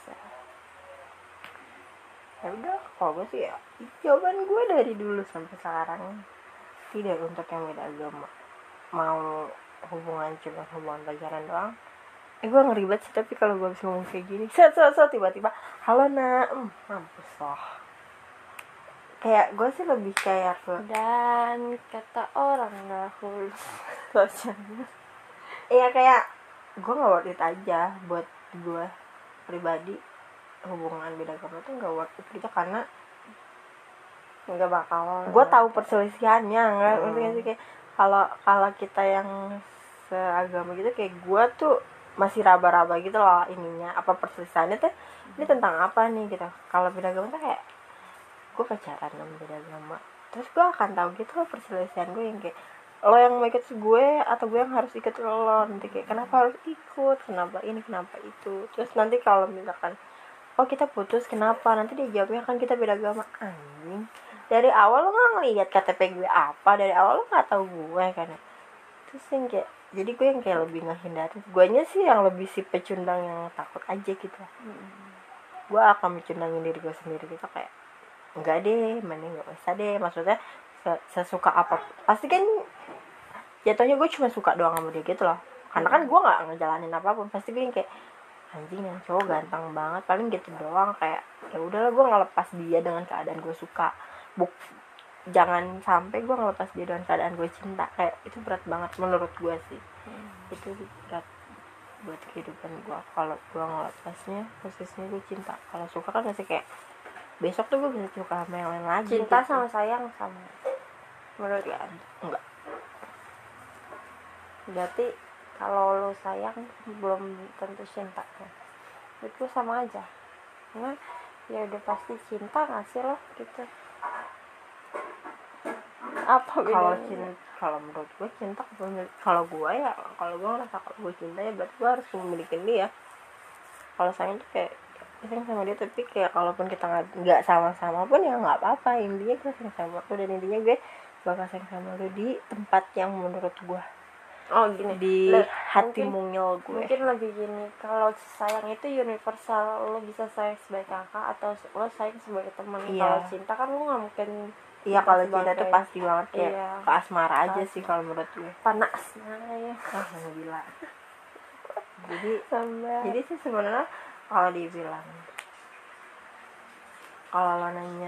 Ya udah, kalau gue sih ya jawaban gue dari dulu sampai sekarang tidak untuk yang beda agama. Mau hubungan cuma hubungan pacaran doang, gue ngeribet sih, tapi kalau gue bisa ngomong kayak gini tiba-tiba halo nak, mampus loh. Kayak gue sih lebih kayak ke Dan kata orang dahulu bacanya. iya kayak gue nggak worth it aja buat gue pribadi. Hubungan beda agama tuh nggak worth it gitu, karena Nggak bakal. gue tahu perselisihannya nggak ngerti nggak sih, kayak kalau kita yang seagama gitu, kayak gue tuh masih raba-raba gitu loh ininya, apa perselisihannya tuh ini tentang apa nih gitu. Kalau beda agama tuh kayak gue pacaran sama beda agama, terus gue akan tahu gitu loh perselisihan gue, yang kayak lo yang mau ikut gue atau gue yang harus ikut lo, nanti kayak kenapa harus ikut, kenapa ini kenapa itu. Terus nanti kalau misalkan oh kita putus kenapa, nanti dia jawabnya kan kita beda agama. Anjing, dari awal lo nggak ngeliat KTP gue apa, dari awal lo nggak tahu gue kan. Terus yang kayak jadi gue yang kayak lebih ngehindarin, guanya sih yang lebih si pecundang yang takut aja gitu. Gue akan mencundangin diri gue sendiri gitu, kayak enggak deh, mending nggak usah deh. Maksudnya sesuka apa, pasti kan jatuhnya gue cuma suka doang sama dia gitu loh, karena kan gue nggak ngejalanin apapun. Pasti gue yang kayak anjing yang cowok ganteng banget, paling gitu doang, kayak ya udahlah gue ngelepas dia dengan keadaan gue suka. Jangan sampai gue ngelepas dia dengan keadaan gue cinta, kayak itu berat banget menurut gue sih. Itu berat buat kehidupan gue kalau gue ngelepasnya posisinya gue cinta. Kalau suka kan masih kayak besok tuh gue bisa suka sama yang lain lagi. Cinta gitu. sama sayang sama menurut Ya enggak, berarti kalau lo sayang belum tentu cinta kan, itu sama aja. Karena ya udah pasti cinta nggak sih lo gitu. Apa kalau bedanya? cinta, kalau menurut gue cinta, kalau gue ya, kalau gue ngerasa kalau gue cinta ya berarti gue harus memiliki dia. Kalau sayang tuh kayak sayang sama dia, tapi kayak kalaupun kita nggak sama-sama pun ya nggak apa-apa, intinya gue sayang sama lu, dan intinya gue bakal sayang sama lu di tempat yang menurut gue, Oh gini, di hati mungil gue. mungkin lebih gini, kalau sayang itu universal, lo bisa sayang sebagai kakak atau lo sayang sebagai teman. Iya. Kalau cinta kan lo nggak mungkin. Iya, kalau cinta sebagai- tuh pasti banget kayak Iya. ke asmara aja sih kalau menurut gue. Panasnya ya. Gila. Jadi Sampai jadi sih sebenarnya kalau dibilang, kalau lo nanya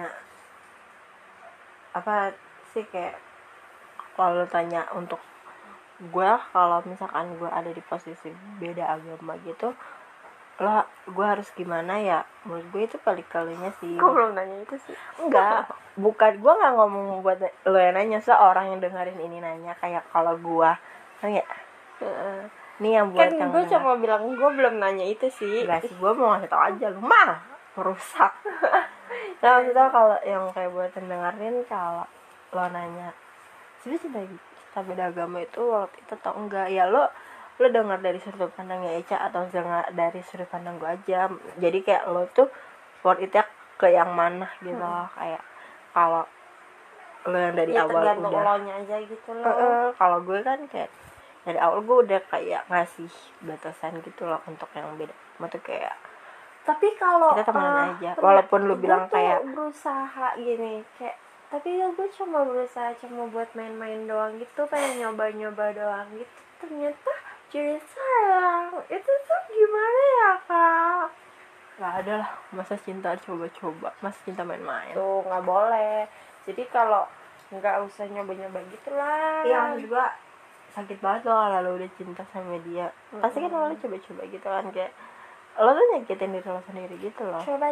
apa sih, kayak kalau lo tanya untuk gue, kalau misalkan gue ada di posisi beda agama gitu, gue harus gimana ya, menurut gue itu kali-kalinya sih. gue belum nanya itu sih. Enggak, bukan, gue nggak ngomong buat lo yang nanya, seorang yang dengerin ini nanya kayak kalau gue nanya ini yang buat Kan yang gue denger. cuma bilang gue belum nanya itu sih. Enggak sih, gue mau ngasih tau aja, lu mah merusak. Nah, maksudnya kalau yang kayak buat yang dengerin, kalau lo nanya sebenarnya cinta beda agama itu worth it atau enggak, ya lo dengar dari sudut pandangnya Eca atau dengar dari sudut pandang gue aja. Jadi kayak lo tuh worth it ya ke yang mana gitu loh. Kayak kalau lo yang dari Ya awal tergantung udah lo nya aja gitu loh. kalau gue kan kayak dari awal gue udah kayak ngasih batasan gitu loh untuk yang beda. Maksudnya kayak Tapi kalau kita temenan aja, walaupun lu bilang kayak berusaha gini, kayak tapi ya gue cuma berusaha buat main-main doang gitu, pengen nyoba-nyoba doang gitu, ternyata jadi sayang. Itu tuh gimana ya kak? nggak ada lah, masa cinta coba-coba, masa cinta main-main. Tuh nggak boleh. Jadi kalau nggak usah nyoba-nyoba gitu lah. Iya, maksud gue sakit banget loh kalau lo udah cinta sama dia. Pasti kan lo coba-coba gitu kan, kayak lo tuh nyakitin diri lo sendiri gitu loh. Coba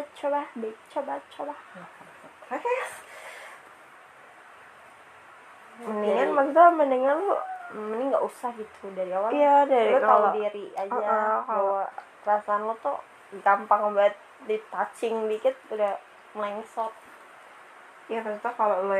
Mendingan lo mending nggak usah gitu dari awal. iya, dari lo tahu kalau diri aja kalau bahwa perasaan lo tuh gampang banget di touching dikit udah melengsot. ya maksudnya kalau lo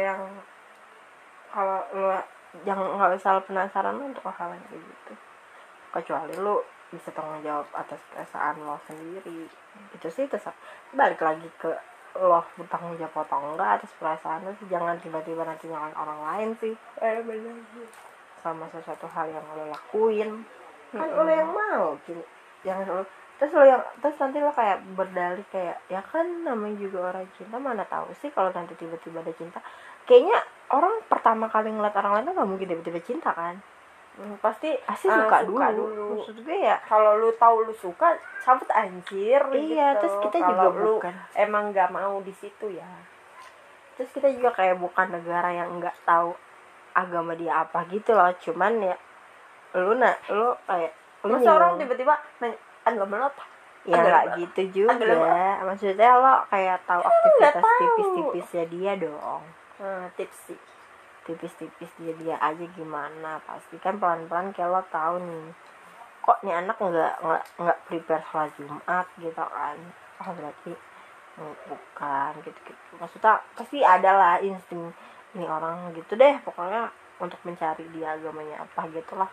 jangan, nggak usah penasaran lo untuk hal yang kayak gitu, kecuali lo bisa tanggung jawab atas perasaan lo sendiri. Itu sih terus balik lagi ke lo bertanggung jawab atau enggak atas perasaan lo sih. Jangan tiba-tiba nanti nyalain orang lain sih Bener. sama sesuatu hal yang lo lakuin. Kan lo yang mau yang lo terus nanti lo kayak berdalih kayak ya kan namanya juga orang cinta, mana tahu sih kalau nanti tiba-tiba ada cinta. Kayaknya orang pertama kali ngeliat orang lain tuh nggak mungkin tiba-tiba cinta kan. Pasti suka dulu. Maksud gue ya kalau lu tahu lu suka cabut anjir iya gitu. terus kita kalau juga lu bukan emang nggak mau di situ ya. Terus kita juga kayak bukan negara yang nggak tahu agama dia apa gitu loh, cuman ya lu kayak lu masa orang tiba-tiba nanya agama lo apa ya nggak gitu juga maksudnya lo kayak tahu aktivitas tipis-tipisnya dia dong. Tipis-tipis dia aja gimana, pasti kan pelan-pelan kayak lo tahu nih kok nih anak nggak prepare sholat Jumat gitu kan, oh berarti bukan gitu maksudnya pasti ada lah insting ini orang gitu deh pokoknya untuk mencari dia agamanya apa gitulah.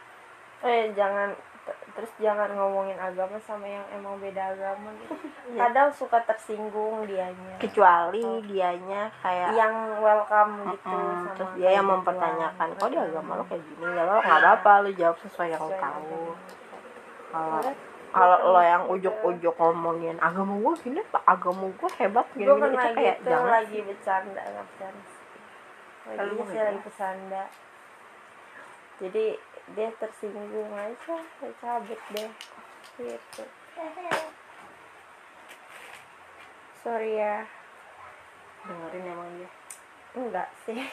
Jangan ngomongin agama sama yang emang beda agama gitu. Kadang suka tersinggung dianya. Kecuali dianya kayak yang welcome gitu sama terus dia yang mempertanyakan kok di agama lo kayak gini ya lo nggak apa-apa lo jawab sesuai yang lo tahu. Kalau lo yang ujuk-ujuk ngomongin agama gue gini agama gue hebat gini gue pernah itu kayak gitu jangan lagi bercanda lagi bercanda jadi dia tersinggung aja cabut deh gitu. Sorry ya dengerin emang dia enggak sih.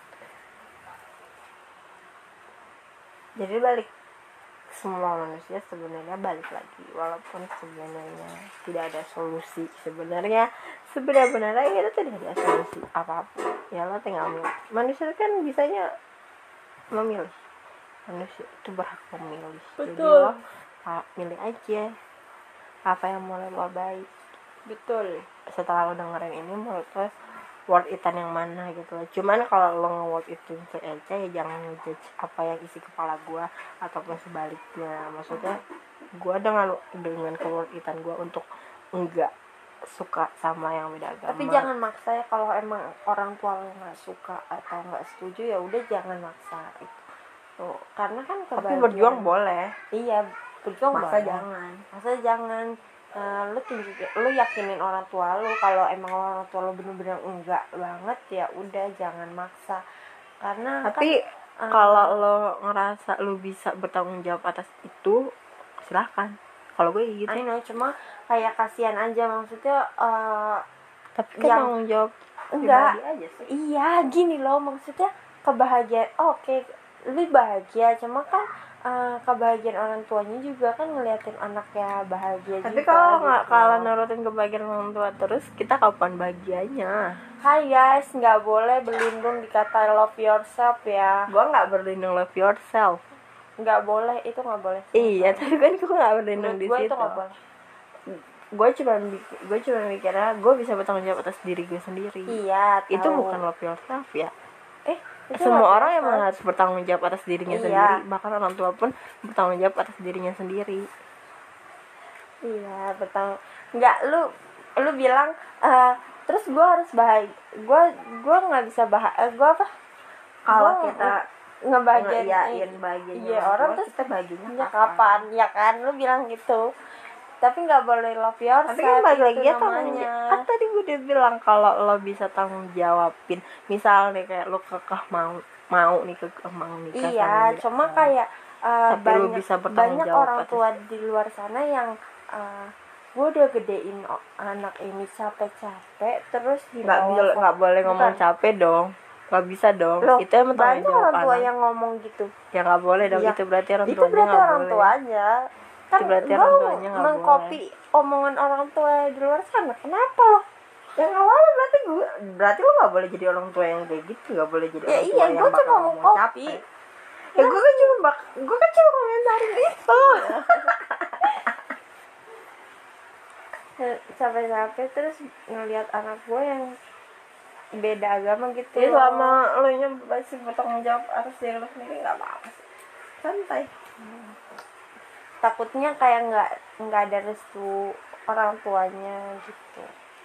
jadi balik semua manusia sebenarnya balik lagi walaupun sebenarnya tidak ada solusi sebenarnya itu tidak ada solusi apapun ya lo tinggal milih. Manusia kan bisanya memilih, manusia itu berhak memilih. Betul. Jadi lo milih aja apa yang mulai lo baik. Betul. Setelah lo dengerin ini menurut lo worth itan yang mana gitu loh. Cuman kalau lo nge-worth itin aja ya jangan ngejudge apa yang isi kepala gue ataupun sebaliknya. Maksudnya gue dengan ke-worth itan gue untuk enggak suka sama yang beda agama. Tapi jangan maksa ya, kalau emang orang tua lo nggak suka atau nggak setuju ya udah jangan maksa itu. Tuh, karena kan tapi berjuang boleh. Iya, berjuang maksa boleh. Jangan. Lu yakinin orang tua lu kalau emang orang tua lu bener-bener enggak banget ya udah jangan maksa. Karena tapi kan, kalau lo ngerasa lu bisa bertanggung jawab atas itu silahkan. Kalau gue gitu. I know, cuma kayak kasihan aja maksudnya. Tapi kan tanggung jawab enggak aja sih. Iya gini loh maksudnya kebahagiaan. Oke, lu bahagia cuma kan kebahagiaan orang tuanya juga kan ngeliatin anaknya bahagia. Tapi juga kalau nurutin kebahagiaan orang tua terus kita kapan bahagianya? Hai guys, nggak boleh berlindung dikata love yourself ya. Gua nggak berlindung love yourself. Nggak boleh, itu nggak boleh. Iya, tapi kan gua nggak berlindung di situ. Itu nggak boleh. Gue cuma mikirnya gue bisa bertanggung jawab atas diri gue sendiri. Iya, tahu. Itu bukan love yourself ya. Semua orang emang harus bertanggung jawab atas dirinya sendiri. Bahkan orang tua pun bertanggung jawab atas dirinya sendiri. Iya, nggak lu bilang terus gue harus bahagia. Gue nggak bisa bahagia. Gue apa? Kalau kita ngebahagiain bahagianya. Iya, orang terus kita bahagianya kapan? Ya kan, lu bilang gitu. Tapi nggak boleh love yourself. Tapi kan balik lagi ya namanya. Kan tadi gue udah bilang kalau lo bisa tanggung jawabin, misal nih kayak lo kekeh mau nikah iya, cuma kayak banyak orang tua di luar sana yang gue udah gedein anak ini capek-capek terus nggak boleh ngomong capek dong. Gak bisa dong. Loh, itu emang tanggung jawab orang tua yang ngomong gitu. Ya nggak boleh dong. Ya, itu berarti orang tuanya itu berarti orang boleh. tuanya kan berarti orang tuanya nggak mengcopy omongan orang tua di luar sana. Kenapa lo? Yang awalnya berarti lo nggak boleh jadi orang tua yang kayak gitu, nggak boleh jadi orang tua yang bakal ngomong capek. Ya gue kan cuma komentarin itu. Capek-capek terus ngelihat anak gue yang beda agama gitu. Ya selama lo nya masih bertanggung jawab atas diri lo sendiri nggak apa-apa sih, santai. Takutnya kayak nggak ada restu orang tuanya gitu.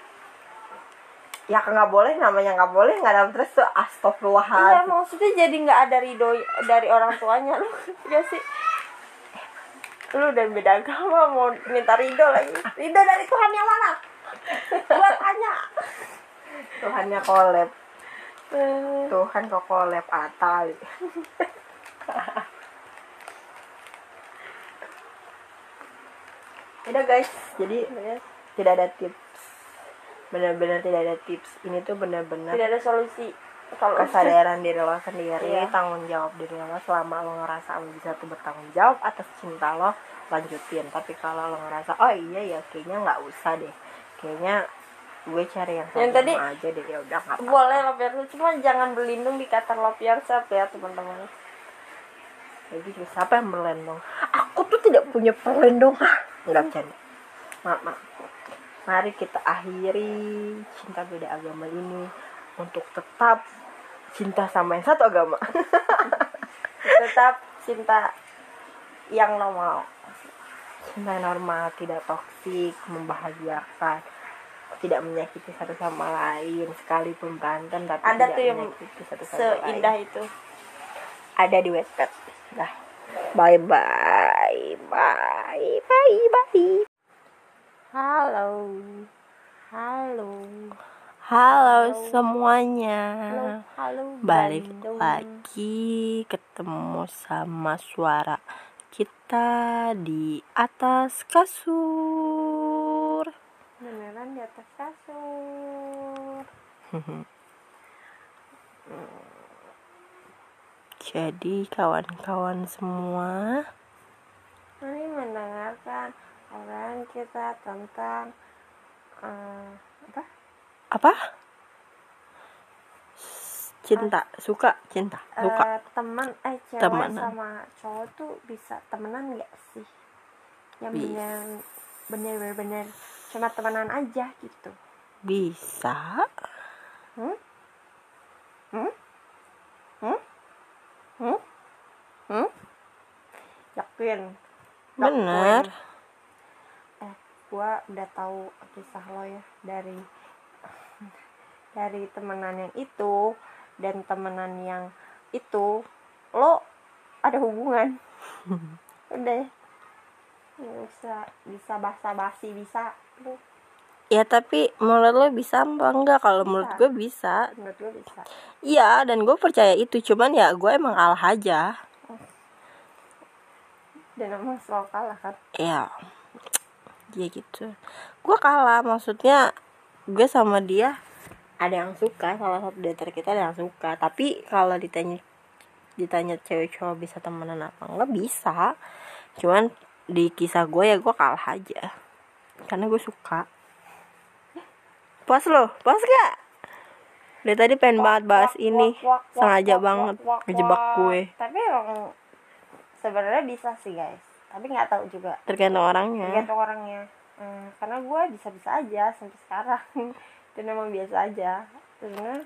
Ya nggak boleh, namanya nggak boleh nggak ada restu. Astagfirullahaladzim. Iya, maksudnya jadi nggak ada ridho dari orang tuanya. Lu nggak sih? Lu udah beda agama mau minta ridho lagi. Ridho dari Tuhan yang mana? Gua tanya. Tuhannya collab. Tuhan kok collab Atal. Udah guys, jadi Ya. tidak ada tips, benar-benar tidak ada tips. Ini tuh benar-benar Tidak ada solusi kalau kesadaran diri lo sendiri, Iya. tanggung jawab diri lo. Selama lo ngerasa lo bisa tuh bertanggung jawab atas cinta lo, lanjutin. Tapi kalau lo ngerasa oh iya ya kayaknya nggak usah deh, kayaknya gue cari yang Yang sama tadi aja deh, ya udah nggak apa-apa. boleh love yourself, cuma jangan berlindung di kata love yourself ya teman-teman. Jadi siapa yang berlindung? Aku tuh tidak punya pelindung. Nggak bercanda. Maaf. Mari kita akhiri cinta beda agama ini untuk tetap cinta sama yang satu agama. Tetap cinta yang normal. Cinta yang normal, tidak toksik, membahagiakan, tidak menyakiti satu sama lain, sekalipun berantem tapi Ada tidak tuh yang menyakiti satu sama lain. seindah itu. Ada di Wattpad. Dah. Bye. Halo semuanya. Halo. Balik Bandung. lagi ketemu sama suara kita di atas kasur. Beneran di atas kasur. Jadi kawan-kawan semua, Mari mendengarkan obrolan kita tentang apa? Cinta, suka. teman cewek Temenan. sama cowok tuh bisa temenan nggak sih? Yang bener cuma temenan aja gitu. Bisa. Yakin? Bener. Gua udah tahu kisah lo ya dari temenan yang itu dan temenan yang itu lo ada hubungan. Udah ya. Bisa basa-basi bisa lo. Ya tapi menurut lo bisa apa enggak? Kalau menurut gue bisa. Menurut gue bisa. Iya, dan gue percaya itu. Cuman ya gue emang kalah aja. Dan emang selalu kalah kan. Ya gitu. Gue kalah, maksudnya gue sama dia ada yang suka, salah satu di antara kita ada yang suka. Tapi kalau ditanya cewek cowok bisa temenan apa enggak, bisa. Cuman di kisah gue ya gue kalah aja karena gue suka. Puas gak? Dari tadi pengen banget bahas ini, sengaja banget ngejebak gue. Tapi emang sebenarnya bisa sih guys, tapi nggak tahu juga, Tergantung orangnya. Karena gue bisa aja sampai sekarang dan emang biasa aja sebenarnya.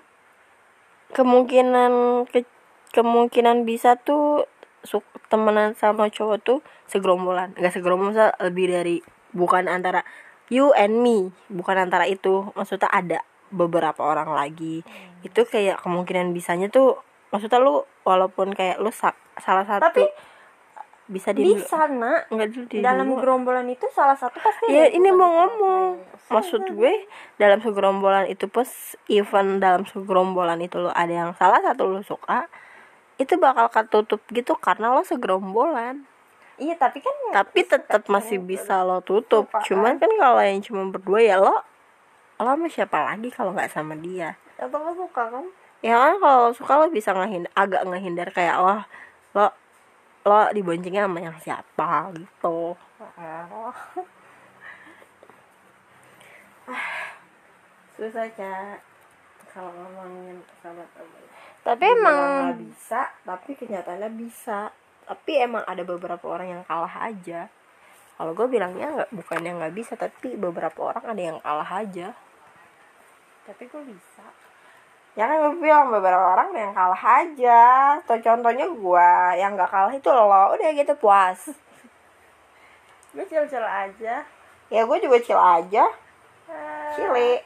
Kemungkinan bisa tuh temenan sama cowok tuh segerombolan, nggak segerombolan, lebih dari, bukan antara you and me, bukan antara itu, maksudnya ada beberapa orang lagi. Itu kayak kemungkinan bisanya tuh, maksudnya lu walaupun kayak lu salah satu Tapi bisa bisa nak nggak dulu di dalam dulu. gerombolan itu salah satu pasti Ya ada ini yang mau suka ngomong, gitu. maksud gue dalam segerombolan itu pas even dalam segerombolan itu lo ada yang salah satu lo suka, itu bakal ketutup gitu karena lo segerombolan. Iya tapi Tetap masih bisa lo tutup. Cuman kan kalau yang cuma berdua ya lo sama siapa lagi kalau nggak sama dia? atau lo suka kan? Ya kan kalau suka lo bisa agak ngehindar kayak lo diboncengnya sama yang siapa gitu. Susah Ca kalau ngomongin sama temen. Tapi Dibilang emang nggak bisa, tapi kenyataannya bisa. Tapi emang ada beberapa orang yang kalah aja. Kalau gue bilangnya bukan yang nggak bisa, tapi beberapa orang ada yang kalah aja. tapi gue bisa. Ya kan gue bilang beberapa orang yang kalah aja. Contohnya gue yang nggak kalah itu lo, udah gitu puas. Gue chill aja. Ya gue juga chill aja. Cili.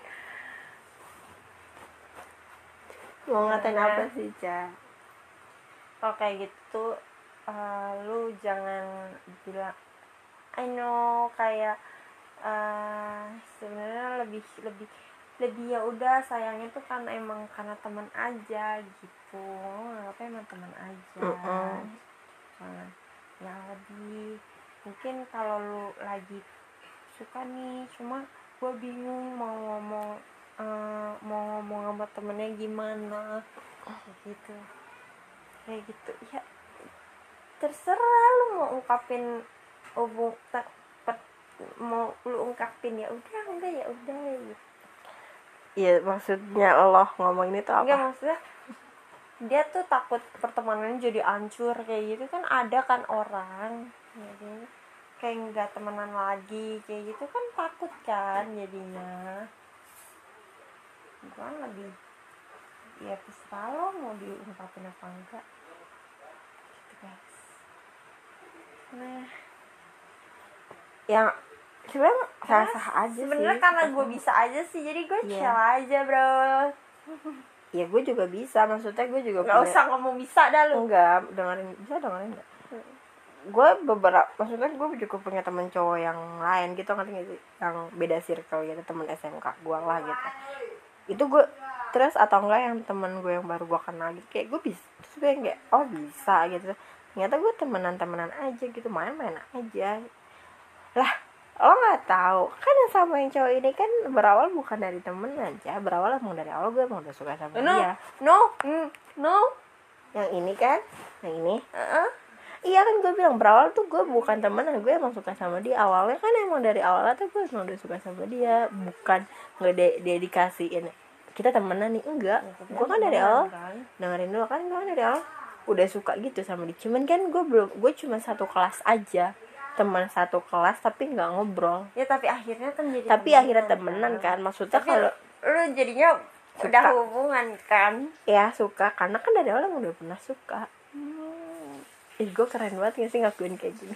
Mau ngatain apa sih Ca? Kalau kayak gitu lu jangan bilang I know, kayak sebenarnya lebih ya udah sayangnya tuh kan emang karena teman aja gitu, nganggapnya emang teman aja. Yang lebih mungkin kalau lu lagi suka nih, cuma gue bingung mau ngomong sama temennya gimana, kayak gitu ya. Terserah lu mau ungkapin mau lu ungkapin ya udah, enggak ya udah gitu. Iya, maksudnya Allah ngomong ini tuh apa? Enggak, maksudnya dia tuh takut pertemanannya jadi hancur kayak gitu kan. Ada kan orang jadi kayak nggak temenan lagi kayak gitu kan, takut kan jadinya. Gue lebih ya terserah lo mau diungkapin apa enggak gitu guys. Nah Yang sebenarnya sah-sah aja sebenarnya sih. karena gue bisa aja sih, jadi gue Iya. chill aja bro. Ya gue juga bisa, maksudnya gue juga Nggak usah ngomong bisa dah lu. Enggak, dengerin enggak? Gue maksudnya gue juga punya temen cowok yang lain gitu, ngerti gak sih, yang beda circle gitu, temen SMK gue lah gitu. Itu gue terus atau enggak yang temen gue yang baru gue kenal gitu, kayak gue bisa, terus gue yang kayak oh bisa gitu. Ternyata gue temenan aja gitu, main-main aja lah. Lo nggak tahu kan yang sama yang cowok ini kan berawal bukan dari temen aja, berawal emang dari awal gue emang udah suka sama dia. No. Yang ini kan, yang ini iya kan gue bilang berawal tuh gue bukan temenan, gue emang suka sama dia. Awalnya kan emang dari awalnya tuh gue emang udah suka sama dia, bukan dedikasiin kita temenan nih, enggak. Gue kan dari awal dengerin dulu kan, gue kan dari awal udah suka gitu sama dia. Cuman kan gue cuma satu kelas aja, teman satu kelas tapi nggak ngobrol ya. Tapi akhirnya kan jadi akhirnya temenan kan. Maksudnya kalau lu jadinya suka. Udah hubungan kan ya suka karena kan dari awal emang udah pernah suka. Gue keren banget gak sih ngakuin kayak gini.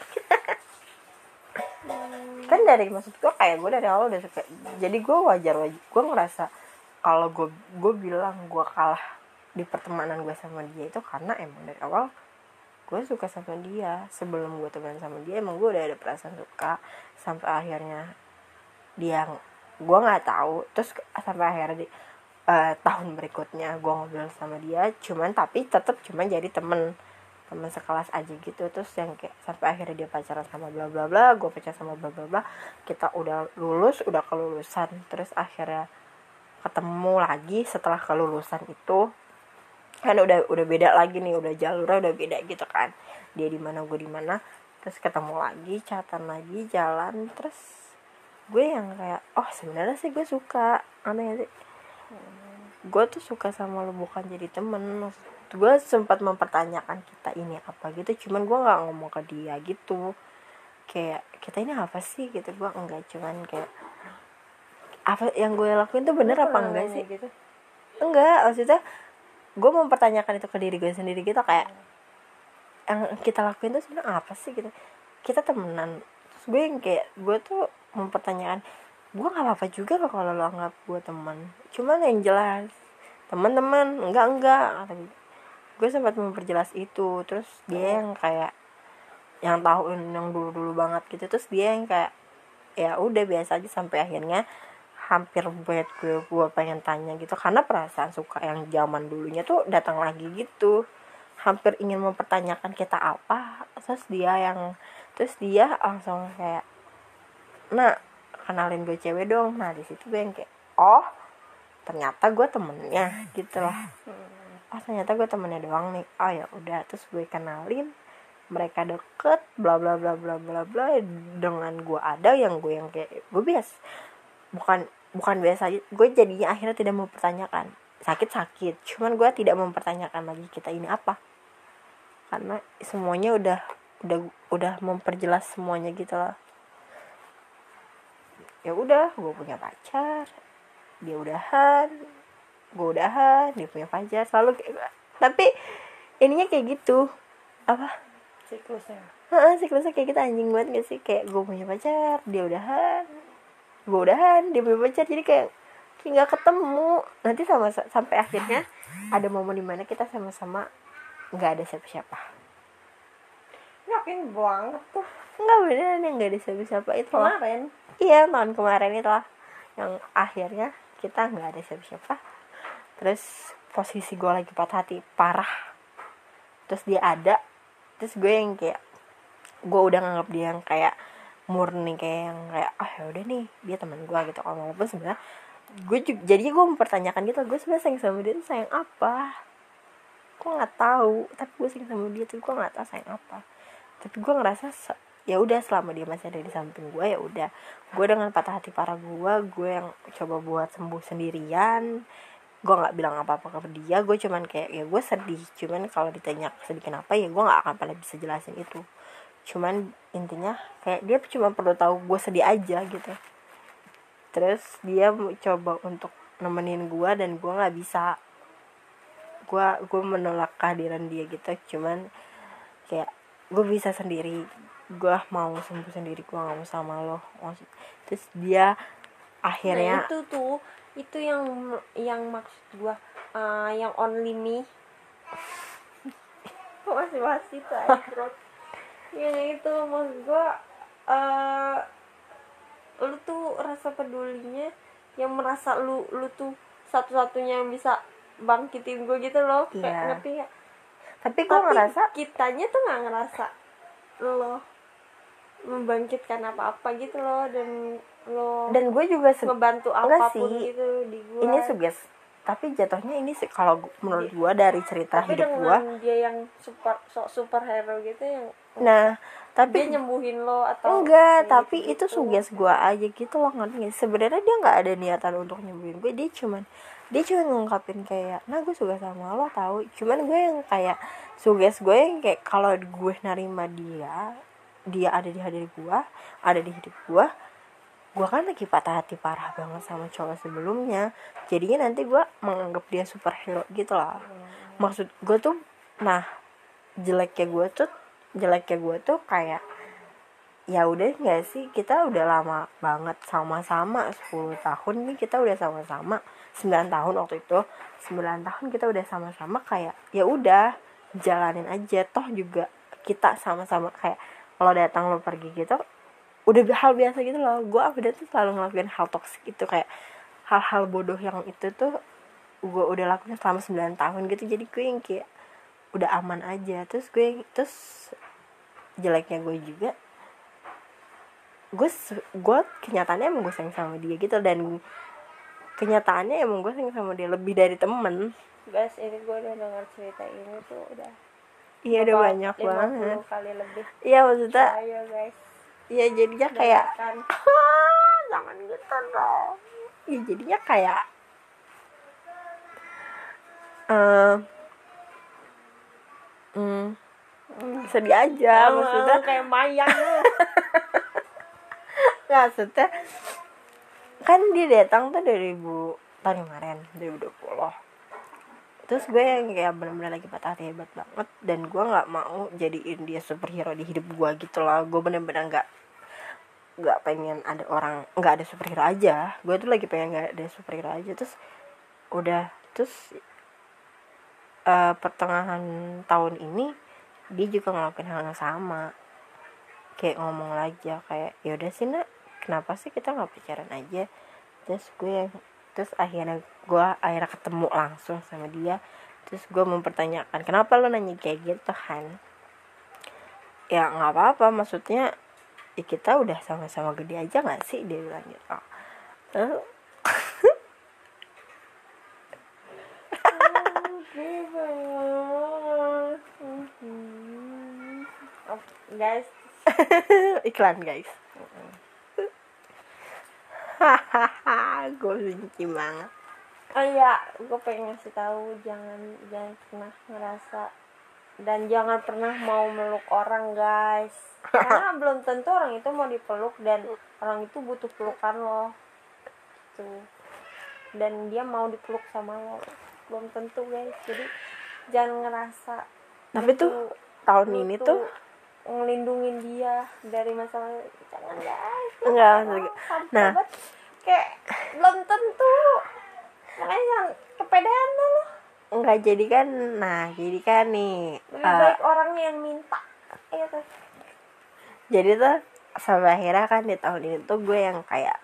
Kan dari maksud gue kayak gue dari awal udah suka, jadi gue wajar gue ngerasa kalau gue bilang gue kalah di pertemanan gue sama dia itu karena emang dari awal gue suka sama dia. Sebelum gue temenan sama dia emang gue udah ada perasaan suka, sampai akhirnya dia gue nggak tahu, terus sampai akhirnya di tahun berikutnya gue ngobrol sama dia, cuman tapi tetap cuman jadi temen sekelas aja gitu. Terus yang kayak sampai akhirnya dia pacaran sama bla bla bla, gue pacaran sama bla bla bla, kita udah lulus, udah kelulusan, terus akhirnya ketemu lagi setelah kelulusan itu kan udah beda lagi nih, udah jalurnya udah beda gitu kan, dia di mana gue di mana, terus ketemu lagi, chatan lagi, jalan, terus gue yang kayak oh sebenarnya sih gue suka, aneh gak sih, gue tuh suka sama lo bukan jadi temen. Gue sempat mempertanyakan kita ini apa gitu, cuman gue nggak ngomong ke dia gitu kayak kita ini apa sih gitu. Gue enggak, cuman kayak apa yang gue lakuin tuh bener apa enggak sih gitu. Enggak, maksudnya gue mempertanyakan itu ke diri gue sendiri gitu, kayak yang kita lakuin tuh sebenarnya apa sih gitu, kita temenan. Terus gue yang kayak gue tuh mempertanyakan, gue nggak apa-apa juga loh kalau lo anggap gue teman, cuman yang jelas teman-teman enggak. Gue sempat memperjelas itu, terus dia yang kayak yang tahu yang dulu banget gitu, terus dia yang kayak ya udah biasa aja, sampai akhirnya hampir buat gue pengen tanya gitu, karena perasaan suka yang zaman dulunya tuh datang lagi gitu, hampir ingin mempertanyakan kita apa. Terus dia langsung kayak nah kenalin gue cewek dong. Nah di situ gue yang kayak oh ternyata gue temennya gitu loh. Oh ternyata gue temennya doang nih. Oh ya udah, terus gue kenalin, mereka deket bla bla bla bla bla bla. Dengan gue ada yang gue yang kayak gue biasa, bukan biasa aja. Gue jadinya akhirnya tidak mempertanyakan, sakit cuman gue tidak mempertanyakan lagi kita ini apa, karena semuanya udah memperjelas semuanya gitu loh. Ya udah, gue punya pacar, dia udahan, gue udahan, dia punya pacar, selalu kayak, tapi ininya kayak gitu apa siklusnya kayak gitu. Anjing banget gak sih, kayak gue punya pacar, dia udahan, gue udahan, dia punya pacar, jadi kayak nggak ketemu. Nanti sampai akhirnya ada momen dimana kita sama-sama nggak ada siapa-siapa. yakin banget tuh Nggak, beneran yang nggak ada siapa-siapa itu lah. kemarin. Iya, tahun kemarin itu lah yang akhirnya kita nggak ada siapa-siapa. Terus posisi gue lagi patah hati parah, terus dia ada, terus gue yang kayak gue udah nganggap dia yang kayak murni kayak yang kayak ya udah nih dia teman gue gitu. Kalau walaupun sebenarnya gue juga, jadinya gue mempertanyakan gitu, gue sebenarnya sayang sama dia tuh sayang apa, gue nggak tahu. Tapi gue sayang sama dia tuh gue nggak tahu sayang apa. Tapi gue ngerasa ya udah selama dia masih ada di samping gue ya udah. Gue dengan patah hati parah gue yang coba buat sembuh sendirian. Gue nggak bilang apa-apa ke dia, gue cuman kayak ya gue sedih. Cuman kalau ditanya sedih kenapa ya gue nggak akan pernah bisa jelasin itu. Cuman intinya kayak dia cuma perlu tahu gue sedih aja gitu. Terus dia coba untuk nemenin gue dan gue nggak bisa. Gue menolak kehadiran dia gitu. Cuman kayak gue bisa sendiri, gue mau sembuh sendiri, gue nggak mau sama lo. Terus dia akhirnya itu yang maksud gue, yang only me. masih tuh bro. Yang itu maksud gue, lu tuh rasa pedulinya yang merasa lu tuh satu-satunya yang bisa bangkitin gue gitu loh. Iya. Kayak ngerti ya. Tapi gue ngerasa kitanya tuh nggak ngerasa lo membangkitkan apa-apa gitu loh, dan gue juga ngebantu apapun gitu di gue. Ini suges, tapi jatuhnya ini sih kalau menurut gue dari cerita tapi hidup gue. Tapi dia yang superhero gitu yang tapi dia nyembuhin lo atau enggak, tapi gitu. Itu suges gue aja gitu loh, ngerti. Sebenarnya dia nggak ada niatan untuk nyembuhin gue, dia cuman ngungkapin kayak gue suka sama lo tahu. Cuman gue yang kayak suges gue yang kayak kalau gue nerima dia ada di hidup gue, ada di hidup gue kan lagi patah hati parah banget sama cowok sebelumnya. Jadinya nanti gue menganggap dia superhero gitu lah. Maksud gue tuh, jeleknya gue tuh kayak ya udah nggak sih, kita udah lama banget sama-sama 10 tahun nih, kita udah sama-sama 9 tahun waktu itu 9 tahun kita udah sama-sama, kayak ya udah jalanin aja. Toh juga kita sama-sama kayak kalau datang lo pergi gitu udah hal biasa gitu loh. Gue udah tuh selalu ngelakuin hal toksik itu, kayak hal-hal bodoh yang itu tuh gue udah lakuin selama 9 tahun gitu. Jadi gue yang kayak udah aman aja. Terus jeleknya gue juga, gue kenyataannya emang gue sayang sama dia gitu, dan kenyataannya emang gue sayang sama dia lebih dari temen. Guys, ini gue udah dengar cerita ini tuh udah udah banyak banget 50 kali lebih. Iya maksudnya ayo guys, iya jadinya kayak jangan gitu dong. Iya jadinya kayak sedih aja. Maksudnya kayak mayang lu. maksudnya kan dia datang tuh 2000 tahun kemarin 2020. Terus gue yang kayak benar-benar lagi patah hati hebat banget, dan gue nggak mau jadiin dia superhero di hidup gue gitu lah. Gue benar-benar nggak pengen ada orang, nggak ada superhero aja. Gue tuh lagi pengen nggak ada superhero aja. Terus pertengahan tahun ini dia juga ngelakuin hal yang sama, kayak ngomong aja kayak ya udah sih nak, kenapa sih kita nggak pacaran aja. Terus akhirnya ketemu langsung sama dia. Terus gue mempertanyakan kenapa lo nanya kayak gitu kan. Ya nggak apa-apa, maksudnya ya kita udah sama-sama gede aja nggak sih, dia bilang gitu. Guys, iklan guys. Hahaha, gue benci banget. Oh iya, gue pengen ngasih tahu jangan pernah ngerasa dan jangan pernah mau meluk orang guys, karena belum tentu orang itu mau dipeluk dan orang itu butuh pelukan lo tuh, dan dia mau dipeluk sama lo, belum tentu guys. Jadi jangan ngerasa tapi tuh tahun ini tuh ngelindungin dia dari masalah. Jangan guys, enggak. Nah, kayak belum tentu, makanya jangan kepedean lo. Enggak, jadi kan nih lebih baik orangnya yang minta. Iya tuh. Jadi tuh sampai akhirnya kan di tahun ini tuh gue yang kayak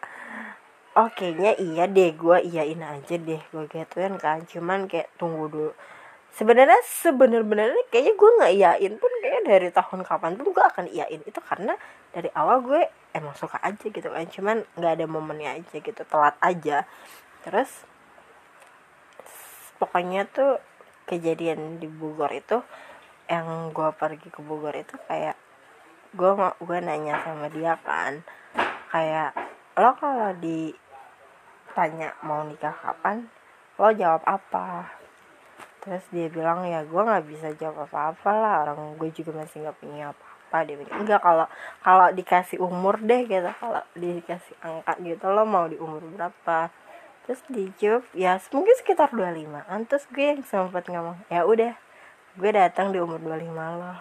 kayaknya iya deh, gue iyain aja deh, gue gituin kan. Cuman kayak tunggu dulu, sebenarnya kayaknya gue nggak iyain pun, kayaknya dari tahun kapan pun gue akan iyain itu, karena dari awal gue emang suka aja gitu kan, cuman nggak ada momennya aja gitu, telat aja. Terus pokoknya tuh kejadian di Bogor itu, yang gue pergi ke Bogor itu kayak gue nanya sama dia kan, kayak lo kalau ditanya mau nikah kapan lo jawab apa. Terus dia bilang ya gue nggak bisa jawab apa-apa lah, orang gue juga masih nggak punya apa-apa. Dia bilang enggak, kalau dikasih umur deh gitu, kalau dikasih angka gitu lo mau di umur berapa. Terus dijawab ya mungkin sekitar 25an. Terus gue yang sempat ngomong ya udah gue datang di umur 25 lo,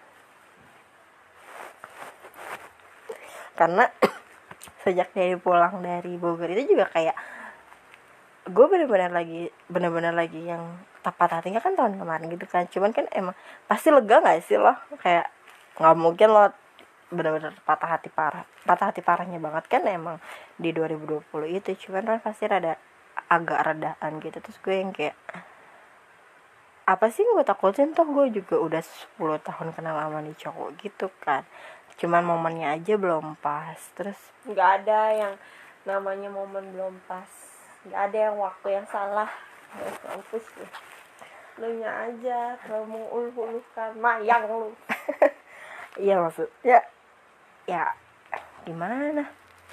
karena sejak dari pulang dari Bogor itu juga kayak gue bener-bener lagi yang patah hatinya kan tahun kemarin gitu kan. Cuman kan emang pasti lega nggak sih lo, kayak nggak mungkin lo bener-bener patah hati parahnya banget kan emang di 2020 itu. Cuman kan pasti agak redaan gitu. Terus gue yang kayak apa sih gue takutin, toh gue juga udah 10 tahun kenal sama nih cowok gitu kan, cuman momennya aja belum pas. Terus nggak ada yang namanya momen belum pas, nggak ada yang waktu yang salah. Mampus lu nya aja kalau mau uluh-uluhkan mayang lu. iya maksudnya ya gimana.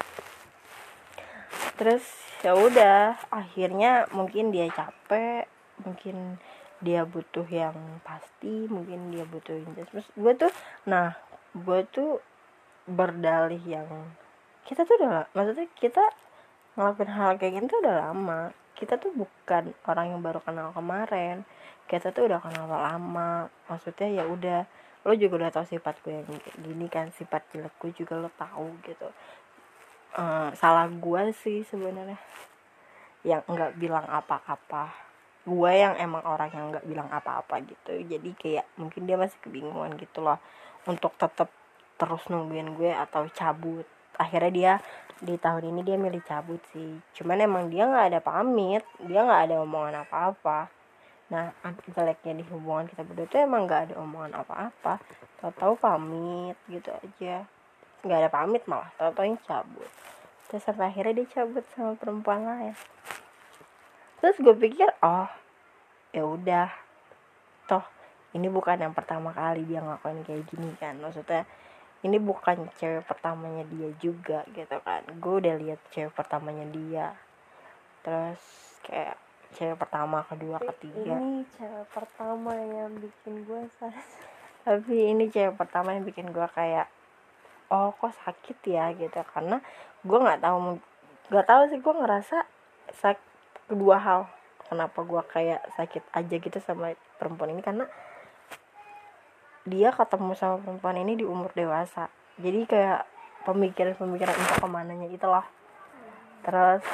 Terus ya udah akhirnya mungkin dia capek, mungkin dia butuh yang pasti, mungkin dia butuh yang terus gue tuh berdalih yang kita tuh udah, maksudnya kita ngelakuin hal kayak gitu udah lama. Kita tuh bukan orang yang baru kenal kemarin, kita tuh udah kenal lama. Maksudnya ya udah, lo juga udah tahu sifat gue yang kayak gini kan, sifat jelek gue juga lo tahu gitu. Salah gue sih sebenarnya yang nggak bilang apa-apa, gue yang emang orang yang nggak bilang apa-apa gitu. Jadi kayak mungkin dia masih kebingungan gitu loh untuk tetap terus nungguin gue atau cabut. Akhirnya dia di tahun ini dia milih cabut sih. Cuman emang dia nggak ada pamit, dia nggak ada omongan apa-apa. Nah jeleknya di hubungan kita berdua tuh emang nggak ada omongan apa-apa, tahu-tahu pamit gitu aja, nggak ada pamit malah tahu-tahu yang cabut. Terus sampai akhirnya dia cabut sama perempuan lain. Terus gue pikir oh ya udah, toh ini bukan yang pertama kali dia ngelakuin kayak gini kan, maksudnya ini bukan cewek pertamanya dia juga gitu kan. Gue udah lihat cewek pertamanya dia, terus kayak cewek pertama, kedua, ketiga. Ini cewek pertama yang bikin gue Tapi ini cewek pertama yang bikin gue kayak oh kok sakit ya gitu, karena gue nggak tahu sih, gue ngerasa kedua hal kenapa gue kayak sakit aja gitu sama perempuan ini, karena dia ketemu sama perempuan ini di umur dewasa, jadi kayak pemikiran entah kemananya gitu loh. Terus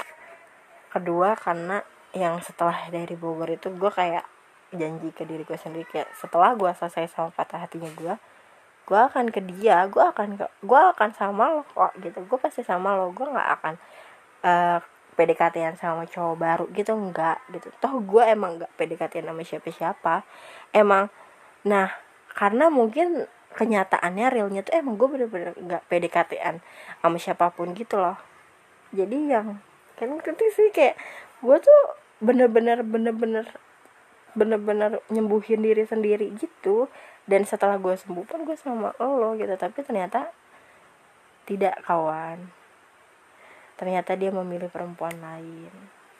kedua karena yang setelah dari Bogor itu gue kayak janji ke diri gue sendiri, kayak setelah gue selesai sama patah hatinya gue akan ke dia, gue akan sama lo kok gitu, gue pasti sama lo, gue nggak akan PDKT-an sama cowok baru gitu, enggak gitu. Toh gue emang nggak PDKT-an sama siapa-siapa emang. Nah karena mungkin kenyataannya realnya tuh emang gue bener-bener nggak PDKT-an sama siapapun gitu loh. Jadi yang kan gitu sih, kayak gue tuh bener-bener nyembuhin diri sendiri gitu. Dan setelah gue sembuh pun gue sama lo gitu, tapi ternyata tidak kawan, ternyata dia memilih perempuan lain.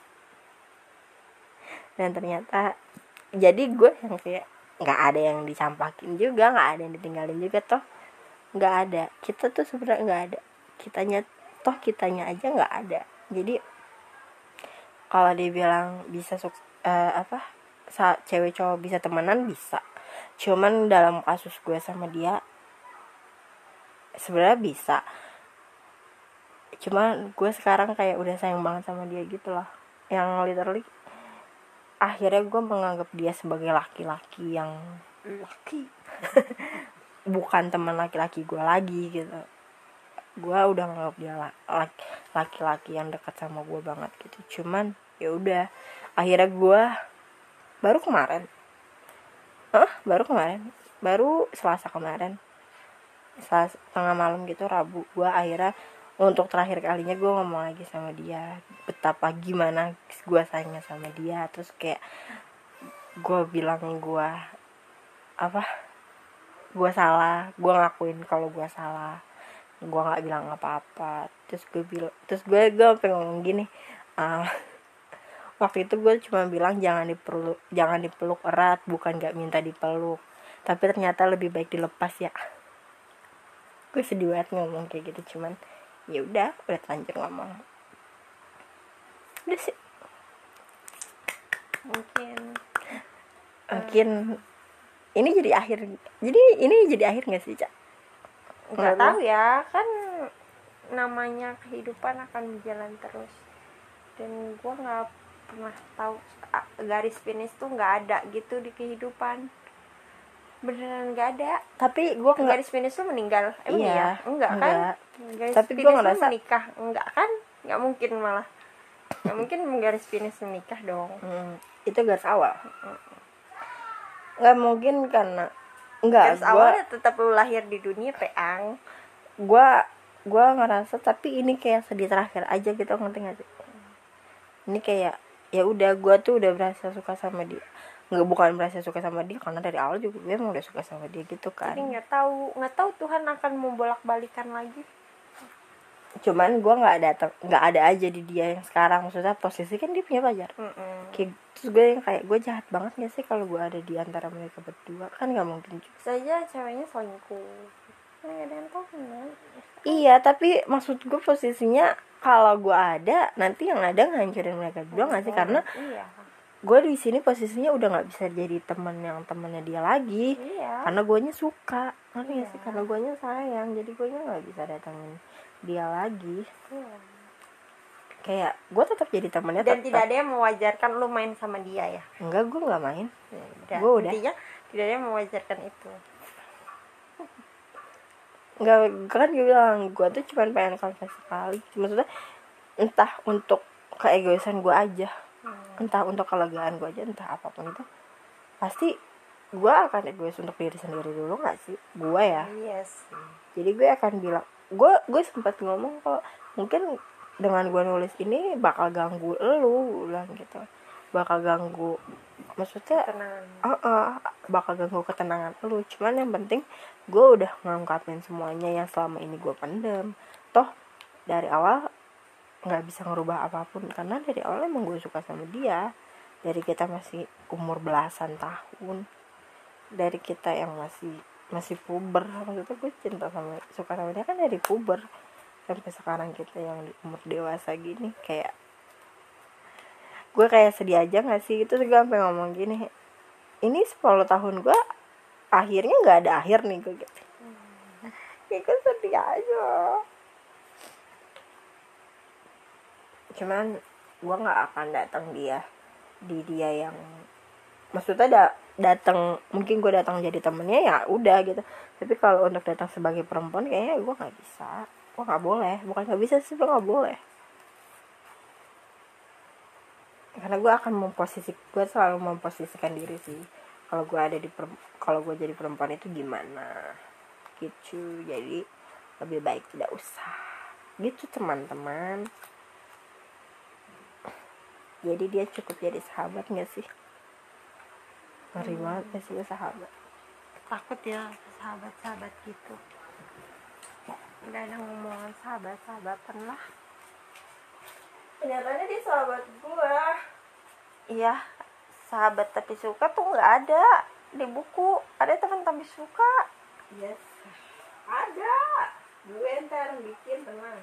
Dan ternyata jadi gue yang kayak nggak ada yang dicampakin juga, nggak ada yang ditinggalin juga, toh nggak ada, kita tuh sebenarnya nggak ada, kitanya aja nggak ada. Jadi kalau dibilang bisa cewek cowok bisa temenan, bisa, cuman dalam kasus gue sama dia sebenarnya bisa, cuman gue sekarang kayak udah sayang banget sama dia gitu loh, yang literally akhirnya gue menganggap dia sebagai laki-laki yang bukan teman laki-laki gue lagi gitu. Gue udah menganggap dia laki-laki yang dekat sama gue banget gitu. Cuman ya udah akhirnya gue baru kemarin. Baru Selasa kemarin. Selasa tengah malam gitu, Rabu, gue akhirnya untuk terakhir kalinya gue ngomong lagi sama dia betapa gimana gue sayangnya sama dia. Terus kayak gue bilang gue salah, gue ngakuin kalau gue salah, gue nggak bilang apa-apa. Terus gue sampai ngomong gini, waktu itu gue cuma bilang jangan dipeluk erat, bukan nggak minta dipeluk, tapi ternyata lebih baik dilepas ya. Gue sedih banget ngomong kayak gitu, cuman ya udah lanjut ngomong. Udah sih. Mungkin ini jadi akhir nggak sih, Cak? nggak tahu ya, kan namanya kehidupan akan berjalan terus, dan gue nggak pernah tahu garis finish tuh nggak ada gitu di kehidupan, beneran nggak ada. Tapi gue garis finish tuh meninggal, emang iya, enggak kan? Garis tapi gue ngerasa menikah, enggak kan? Nggak mungkin, malah nggak mungkin garis finish menikah dong. Itu garis awal. Nggak mungkin karena garis awalnya tetap lu lahir di dunia, peang. Gue ngerasa, tapi ini kayak sedih terakhir aja gitu, ngerti nggak sih? Ini kayak ya udah, gue tuh udah berasa suka sama dia. Bukan berasa suka sama dia, karena dari awal juga gue emang udah suka sama dia gitu kan. Jadi nggak tahu Tuhan akan membolak-balikan lagi. Cuman gue nggak ada aja di dia yang sekarang. Maksudnya posisi kan dia punya pacar. Kayak, terus gue yang kayak, gue jahat banget nggak sih kalau gue ada di antara mereka berdua? Kan nggak mungkin juga. Saja ceweknya selingkuh, nggak ada yang tahu kan. Iya, tapi maksud gue posisinya kalau gue ada, nanti yang ada ngancurin mereka berdua nggak sih? Karena gue di sini posisinya udah nggak bisa jadi temannya dia lagi. Karena guenya suka, ngerti nggak sih? Karena guenya sayang, jadi guenya nggak bisa datangin dia lagi. Kayak gue tetap jadi temannya. Dan tidak ada yang mewajarkan lu main sama dia ya? Enggak, gue nggak main. Gue udah. Intinya tidak ada yang mewajarkan itu. Enggak, kan gue bilang gue tuh cuma pengen konfes sekali. Maksudnya entah untuk keegoisan gue aja, entah untuk kelegaan gue aja, entah apapun itu, pasti gue akan egois untuk diri sendiri dulu, nggak sih? Gue ya. Yes. Jadi gue akan bilang, gue sempat ngomong kalau mungkin dengan gue nulis ini bakal ganggu lu, bilang gitu, bakal ganggu, maksudnya bakal ganggu ketenangan lu. Cuman yang penting gue udah ngungkapin semuanya yang selama ini gue pendem. Toh dari awal nggak bisa ngerubah apapun, karena dari awal emang gue suka sama dia. Dari kita masih umur belasan tahun, dari kita yang masih puber, maksudnya gue suka sama dia kan dari puber sampai sekarang kita yang di umur dewasa gini. Kayak gue kayak sedih aja nggak sih? Itu gue sampai ngomong gini, ini 10 tahun gue akhirnya nggak ada akhir nih, gue gitu. Kayak gue sedih aja. Cuman gue nggak akan datang dia yang maksudnya datang, mungkin gue datang jadi temennya ya udah gitu. Tapi kalau untuk datang sebagai perempuan kayaknya gue nggak bisa, gue nggak boleh. Bukan nggak bisa sih, gue nggak boleh. Karena gue selalu memposisikan diri sih, kalau gue jadi perempuan itu gimana gitu. Jadi lebih baik tidak usah gitu, teman-teman. Jadi dia cukup jadi sahabat nggak sih? Ngeri banget gak sih sahabat? Takut ya sahabat gitu. Gak ada ngomongan sahabat-sahabatan lah. Kenyataannya dia sahabat gue. Iya, sahabat tapi suka tuh nggak ada di buku. Ada teman tapi suka. Yes, ada. Gue ntar bikin, tenang.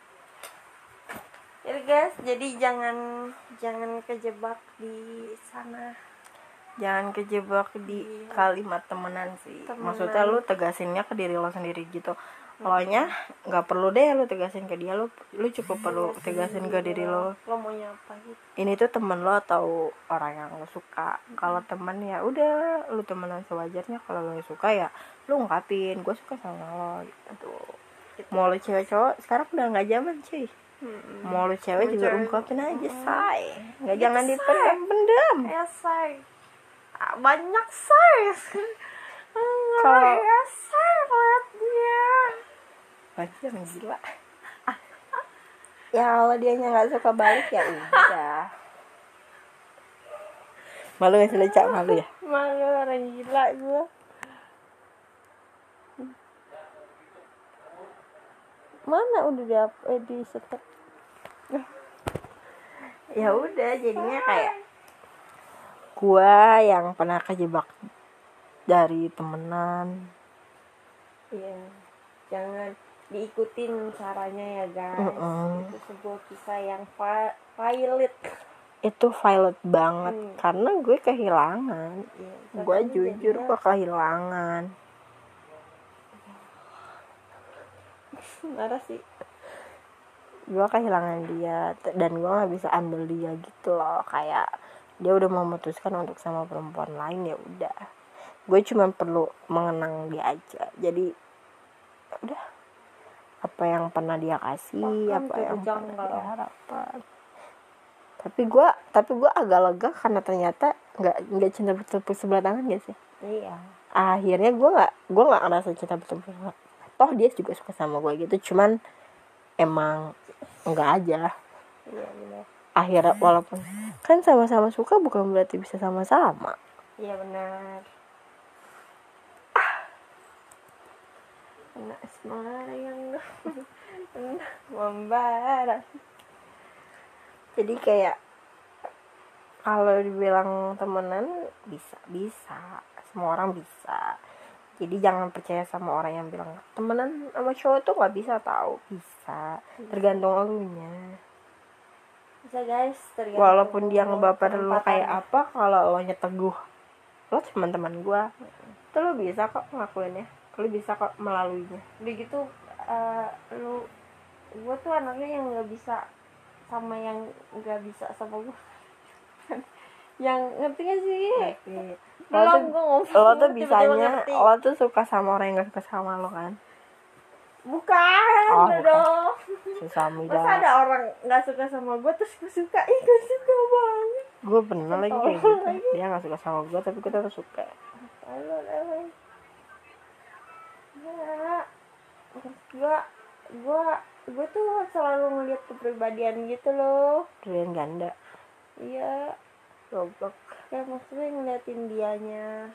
Ya guys, jadi jangan kejebak di sana. Jangan kejebak di kalimat temenan sih. Maksudnya lu tegasinnya ke diri lo sendiri gitu. Lo-nya nggak perlu deh lu tegasin ke dia, lu cukup perlu tegasin ke diri lo. Lo mau nyapa gitu. Ini tuh temen lo atau orang yang lo suka. Kalau temen ya udah, lu temenan sewajarnya. Kalau lo suka ya lu ungkapin, gue suka sama lo gitu. Mau lu cewek cowok sekarang udah nggak zaman cuy. Mau lu cewek juga ungkapin aja, say. Nggak, jangan dipendam-pendam. Ya say. banyak size. Kalau- lihat dia. Pasti yang gila. Ya kalau dianya nggak suka balik ya udah. Malu gak sih Leca? Malu ya? Malu, orang gila gue. Mana udah di setek. Ya udah jadinya kayak gua yang pernah kejebak dari temenan. Iya, jangan diikutin caranya ya guys. Itu sebuah kisah yang valid. Itu valid banget karena gue kehilangan. Iya, Gue tapi jujur jadinya- gue kehilangan. marah sih. Gue kehilangan dia dan gue nggak bisa ambil dia gitu loh, kayak dia udah memutuskan untuk sama perempuan lain, ya udah gue cuma perlu mengenang dia aja. Jadi ya udah, apa yang pernah dia kasih, Bahkan apa yang pernah janggal. dia harapkan. Tapi gue agak lega karena ternyata nggak cinta bertepuk sebelah tangan gak sih. Iya. Akhirnya gue nggak ngerasa cinta bertepuk sebelah. Toh dia juga suka sama gue gitu, cuman emang enggak aja. Iya benar. Akhirnya walaupun kan sama-sama suka bukan berarti bisa sama-sama. Iya benar. Kena asmara yang membara. Jadi kayak kalau dibilang temenan bisa semua orang bisa. Jadi jangan percaya sama orang yang bilang temenan sama cowok tuh nggak bisa, tahu bisa, tergantung elunya. Bisa guys, tergantung. Walaupun dia ngebaper lu kesempatannya. kayak apa, kalau lo nya teguh, lo teman-teman gue, itu lo bisa kok ngelakuinnya, lo bisa kok melaluinya. Udah gitu gue tuh anaknya yang nggak bisa sama yang nggak bisa sama gue. Yang ngerti gak sih? Belum gue ngomong. Lo tuh tiba-tiba bisanya, ngerti. lo tuh suka sama orang yang gak suka sama lo kan? Bukan, Oh, udah bukan. dong. Susah Masa mudah. ada orang nggak suka sama gue terus gue suka? Ih, gue suka banget. Gue pernah lagi kayak Tolong gitu. lagi. Dia gak suka sama gue tapi gue tetap suka. Halo, Lele. Ya, gue tuh selalu ngeliat kepribadian gitu loh. Brilian ganda. Iya, Goblok. kayak maksudnya ngeliatin dianya,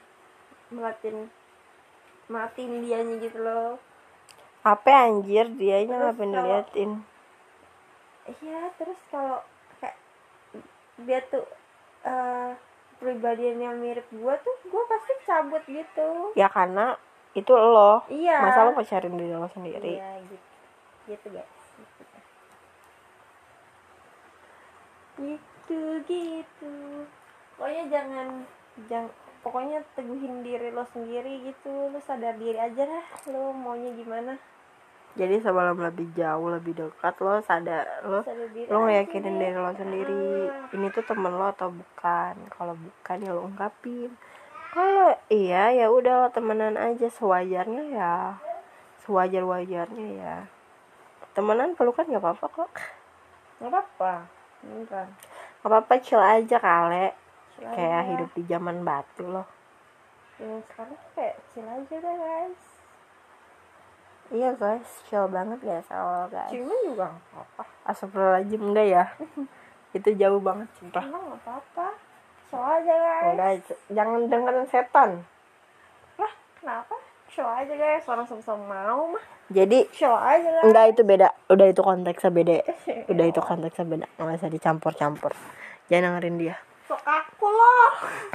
matiin dianya gitu loh. Apa anjir, dia Terus ngapain kalau- diliatin? Iya, terus kalau kayak dia tuh kepribadian yang mirip gue tuh, gue pasti cabut gitu. Ya karena itu lo. Iya. Masa lo pacarin diri lo sendiri? Iya gitu, gitu guys. Gitu. Pokoknya pokoknya teguhin diri lo sendiri gitu. Lo sadar diri aja lah. Lo maunya gimana? Jadi sebelum lebih jauh, lebih dekat, lo sadar lo Sadar diri lo aja ngeyakinin deh. diri lo sendiri. Ini tuh temen lo atau bukan? Kalau bukan ya lo ungkapin. Kalau iya ya udah lo temenan aja sewajarnya ya. Sewajar-wajarnya ya. Temenan pelukan gak apa-apa kok. Nggak apa-apa. Beneran. Gak apa-apa, chill aja kali. Chill Kayak aja. hidup di zaman batu loh. Yang sekarang kayak chill aja deh guys. Iya guys, chill banget guys awal guys. Cuman juga nggak apa-apa. Astagfirullahaladzim, enggak ya. Itu jauh banget sumpah. Emang nggak apa-apa. Chill aja guys. Udah, jangan dengerin setan. Lah, kenapa? Chill aja guys. Orang sama-sama mau mah. Jadi Chill aja guys. enggak, itu beda. Udah itu konteksnya beda. Udah itu konteksnya beda. Nggak usah dicampur-campur. Jangan dengerin dia. Sok aku loh.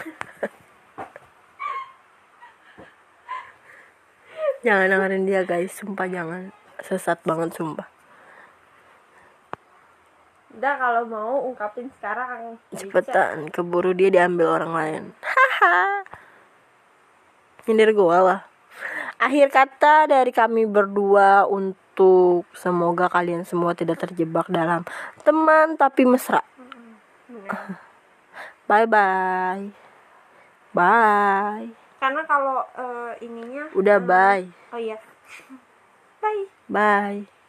Jangan dengerin dia guys, sumpah jangan. Sesat banget sumpah. Udah kalau mau ungkapin sekarang. Cepetan, keburu dia diambil orang lain. Haha. Nyindir gue lah. Akhir kata dari kami berdua untuk semoga kalian semua tidak terjebak dalam teman tapi mesra. Bye bye. Bye. Karena kalau ininya Udah bye. oh iya. Bye. Bye.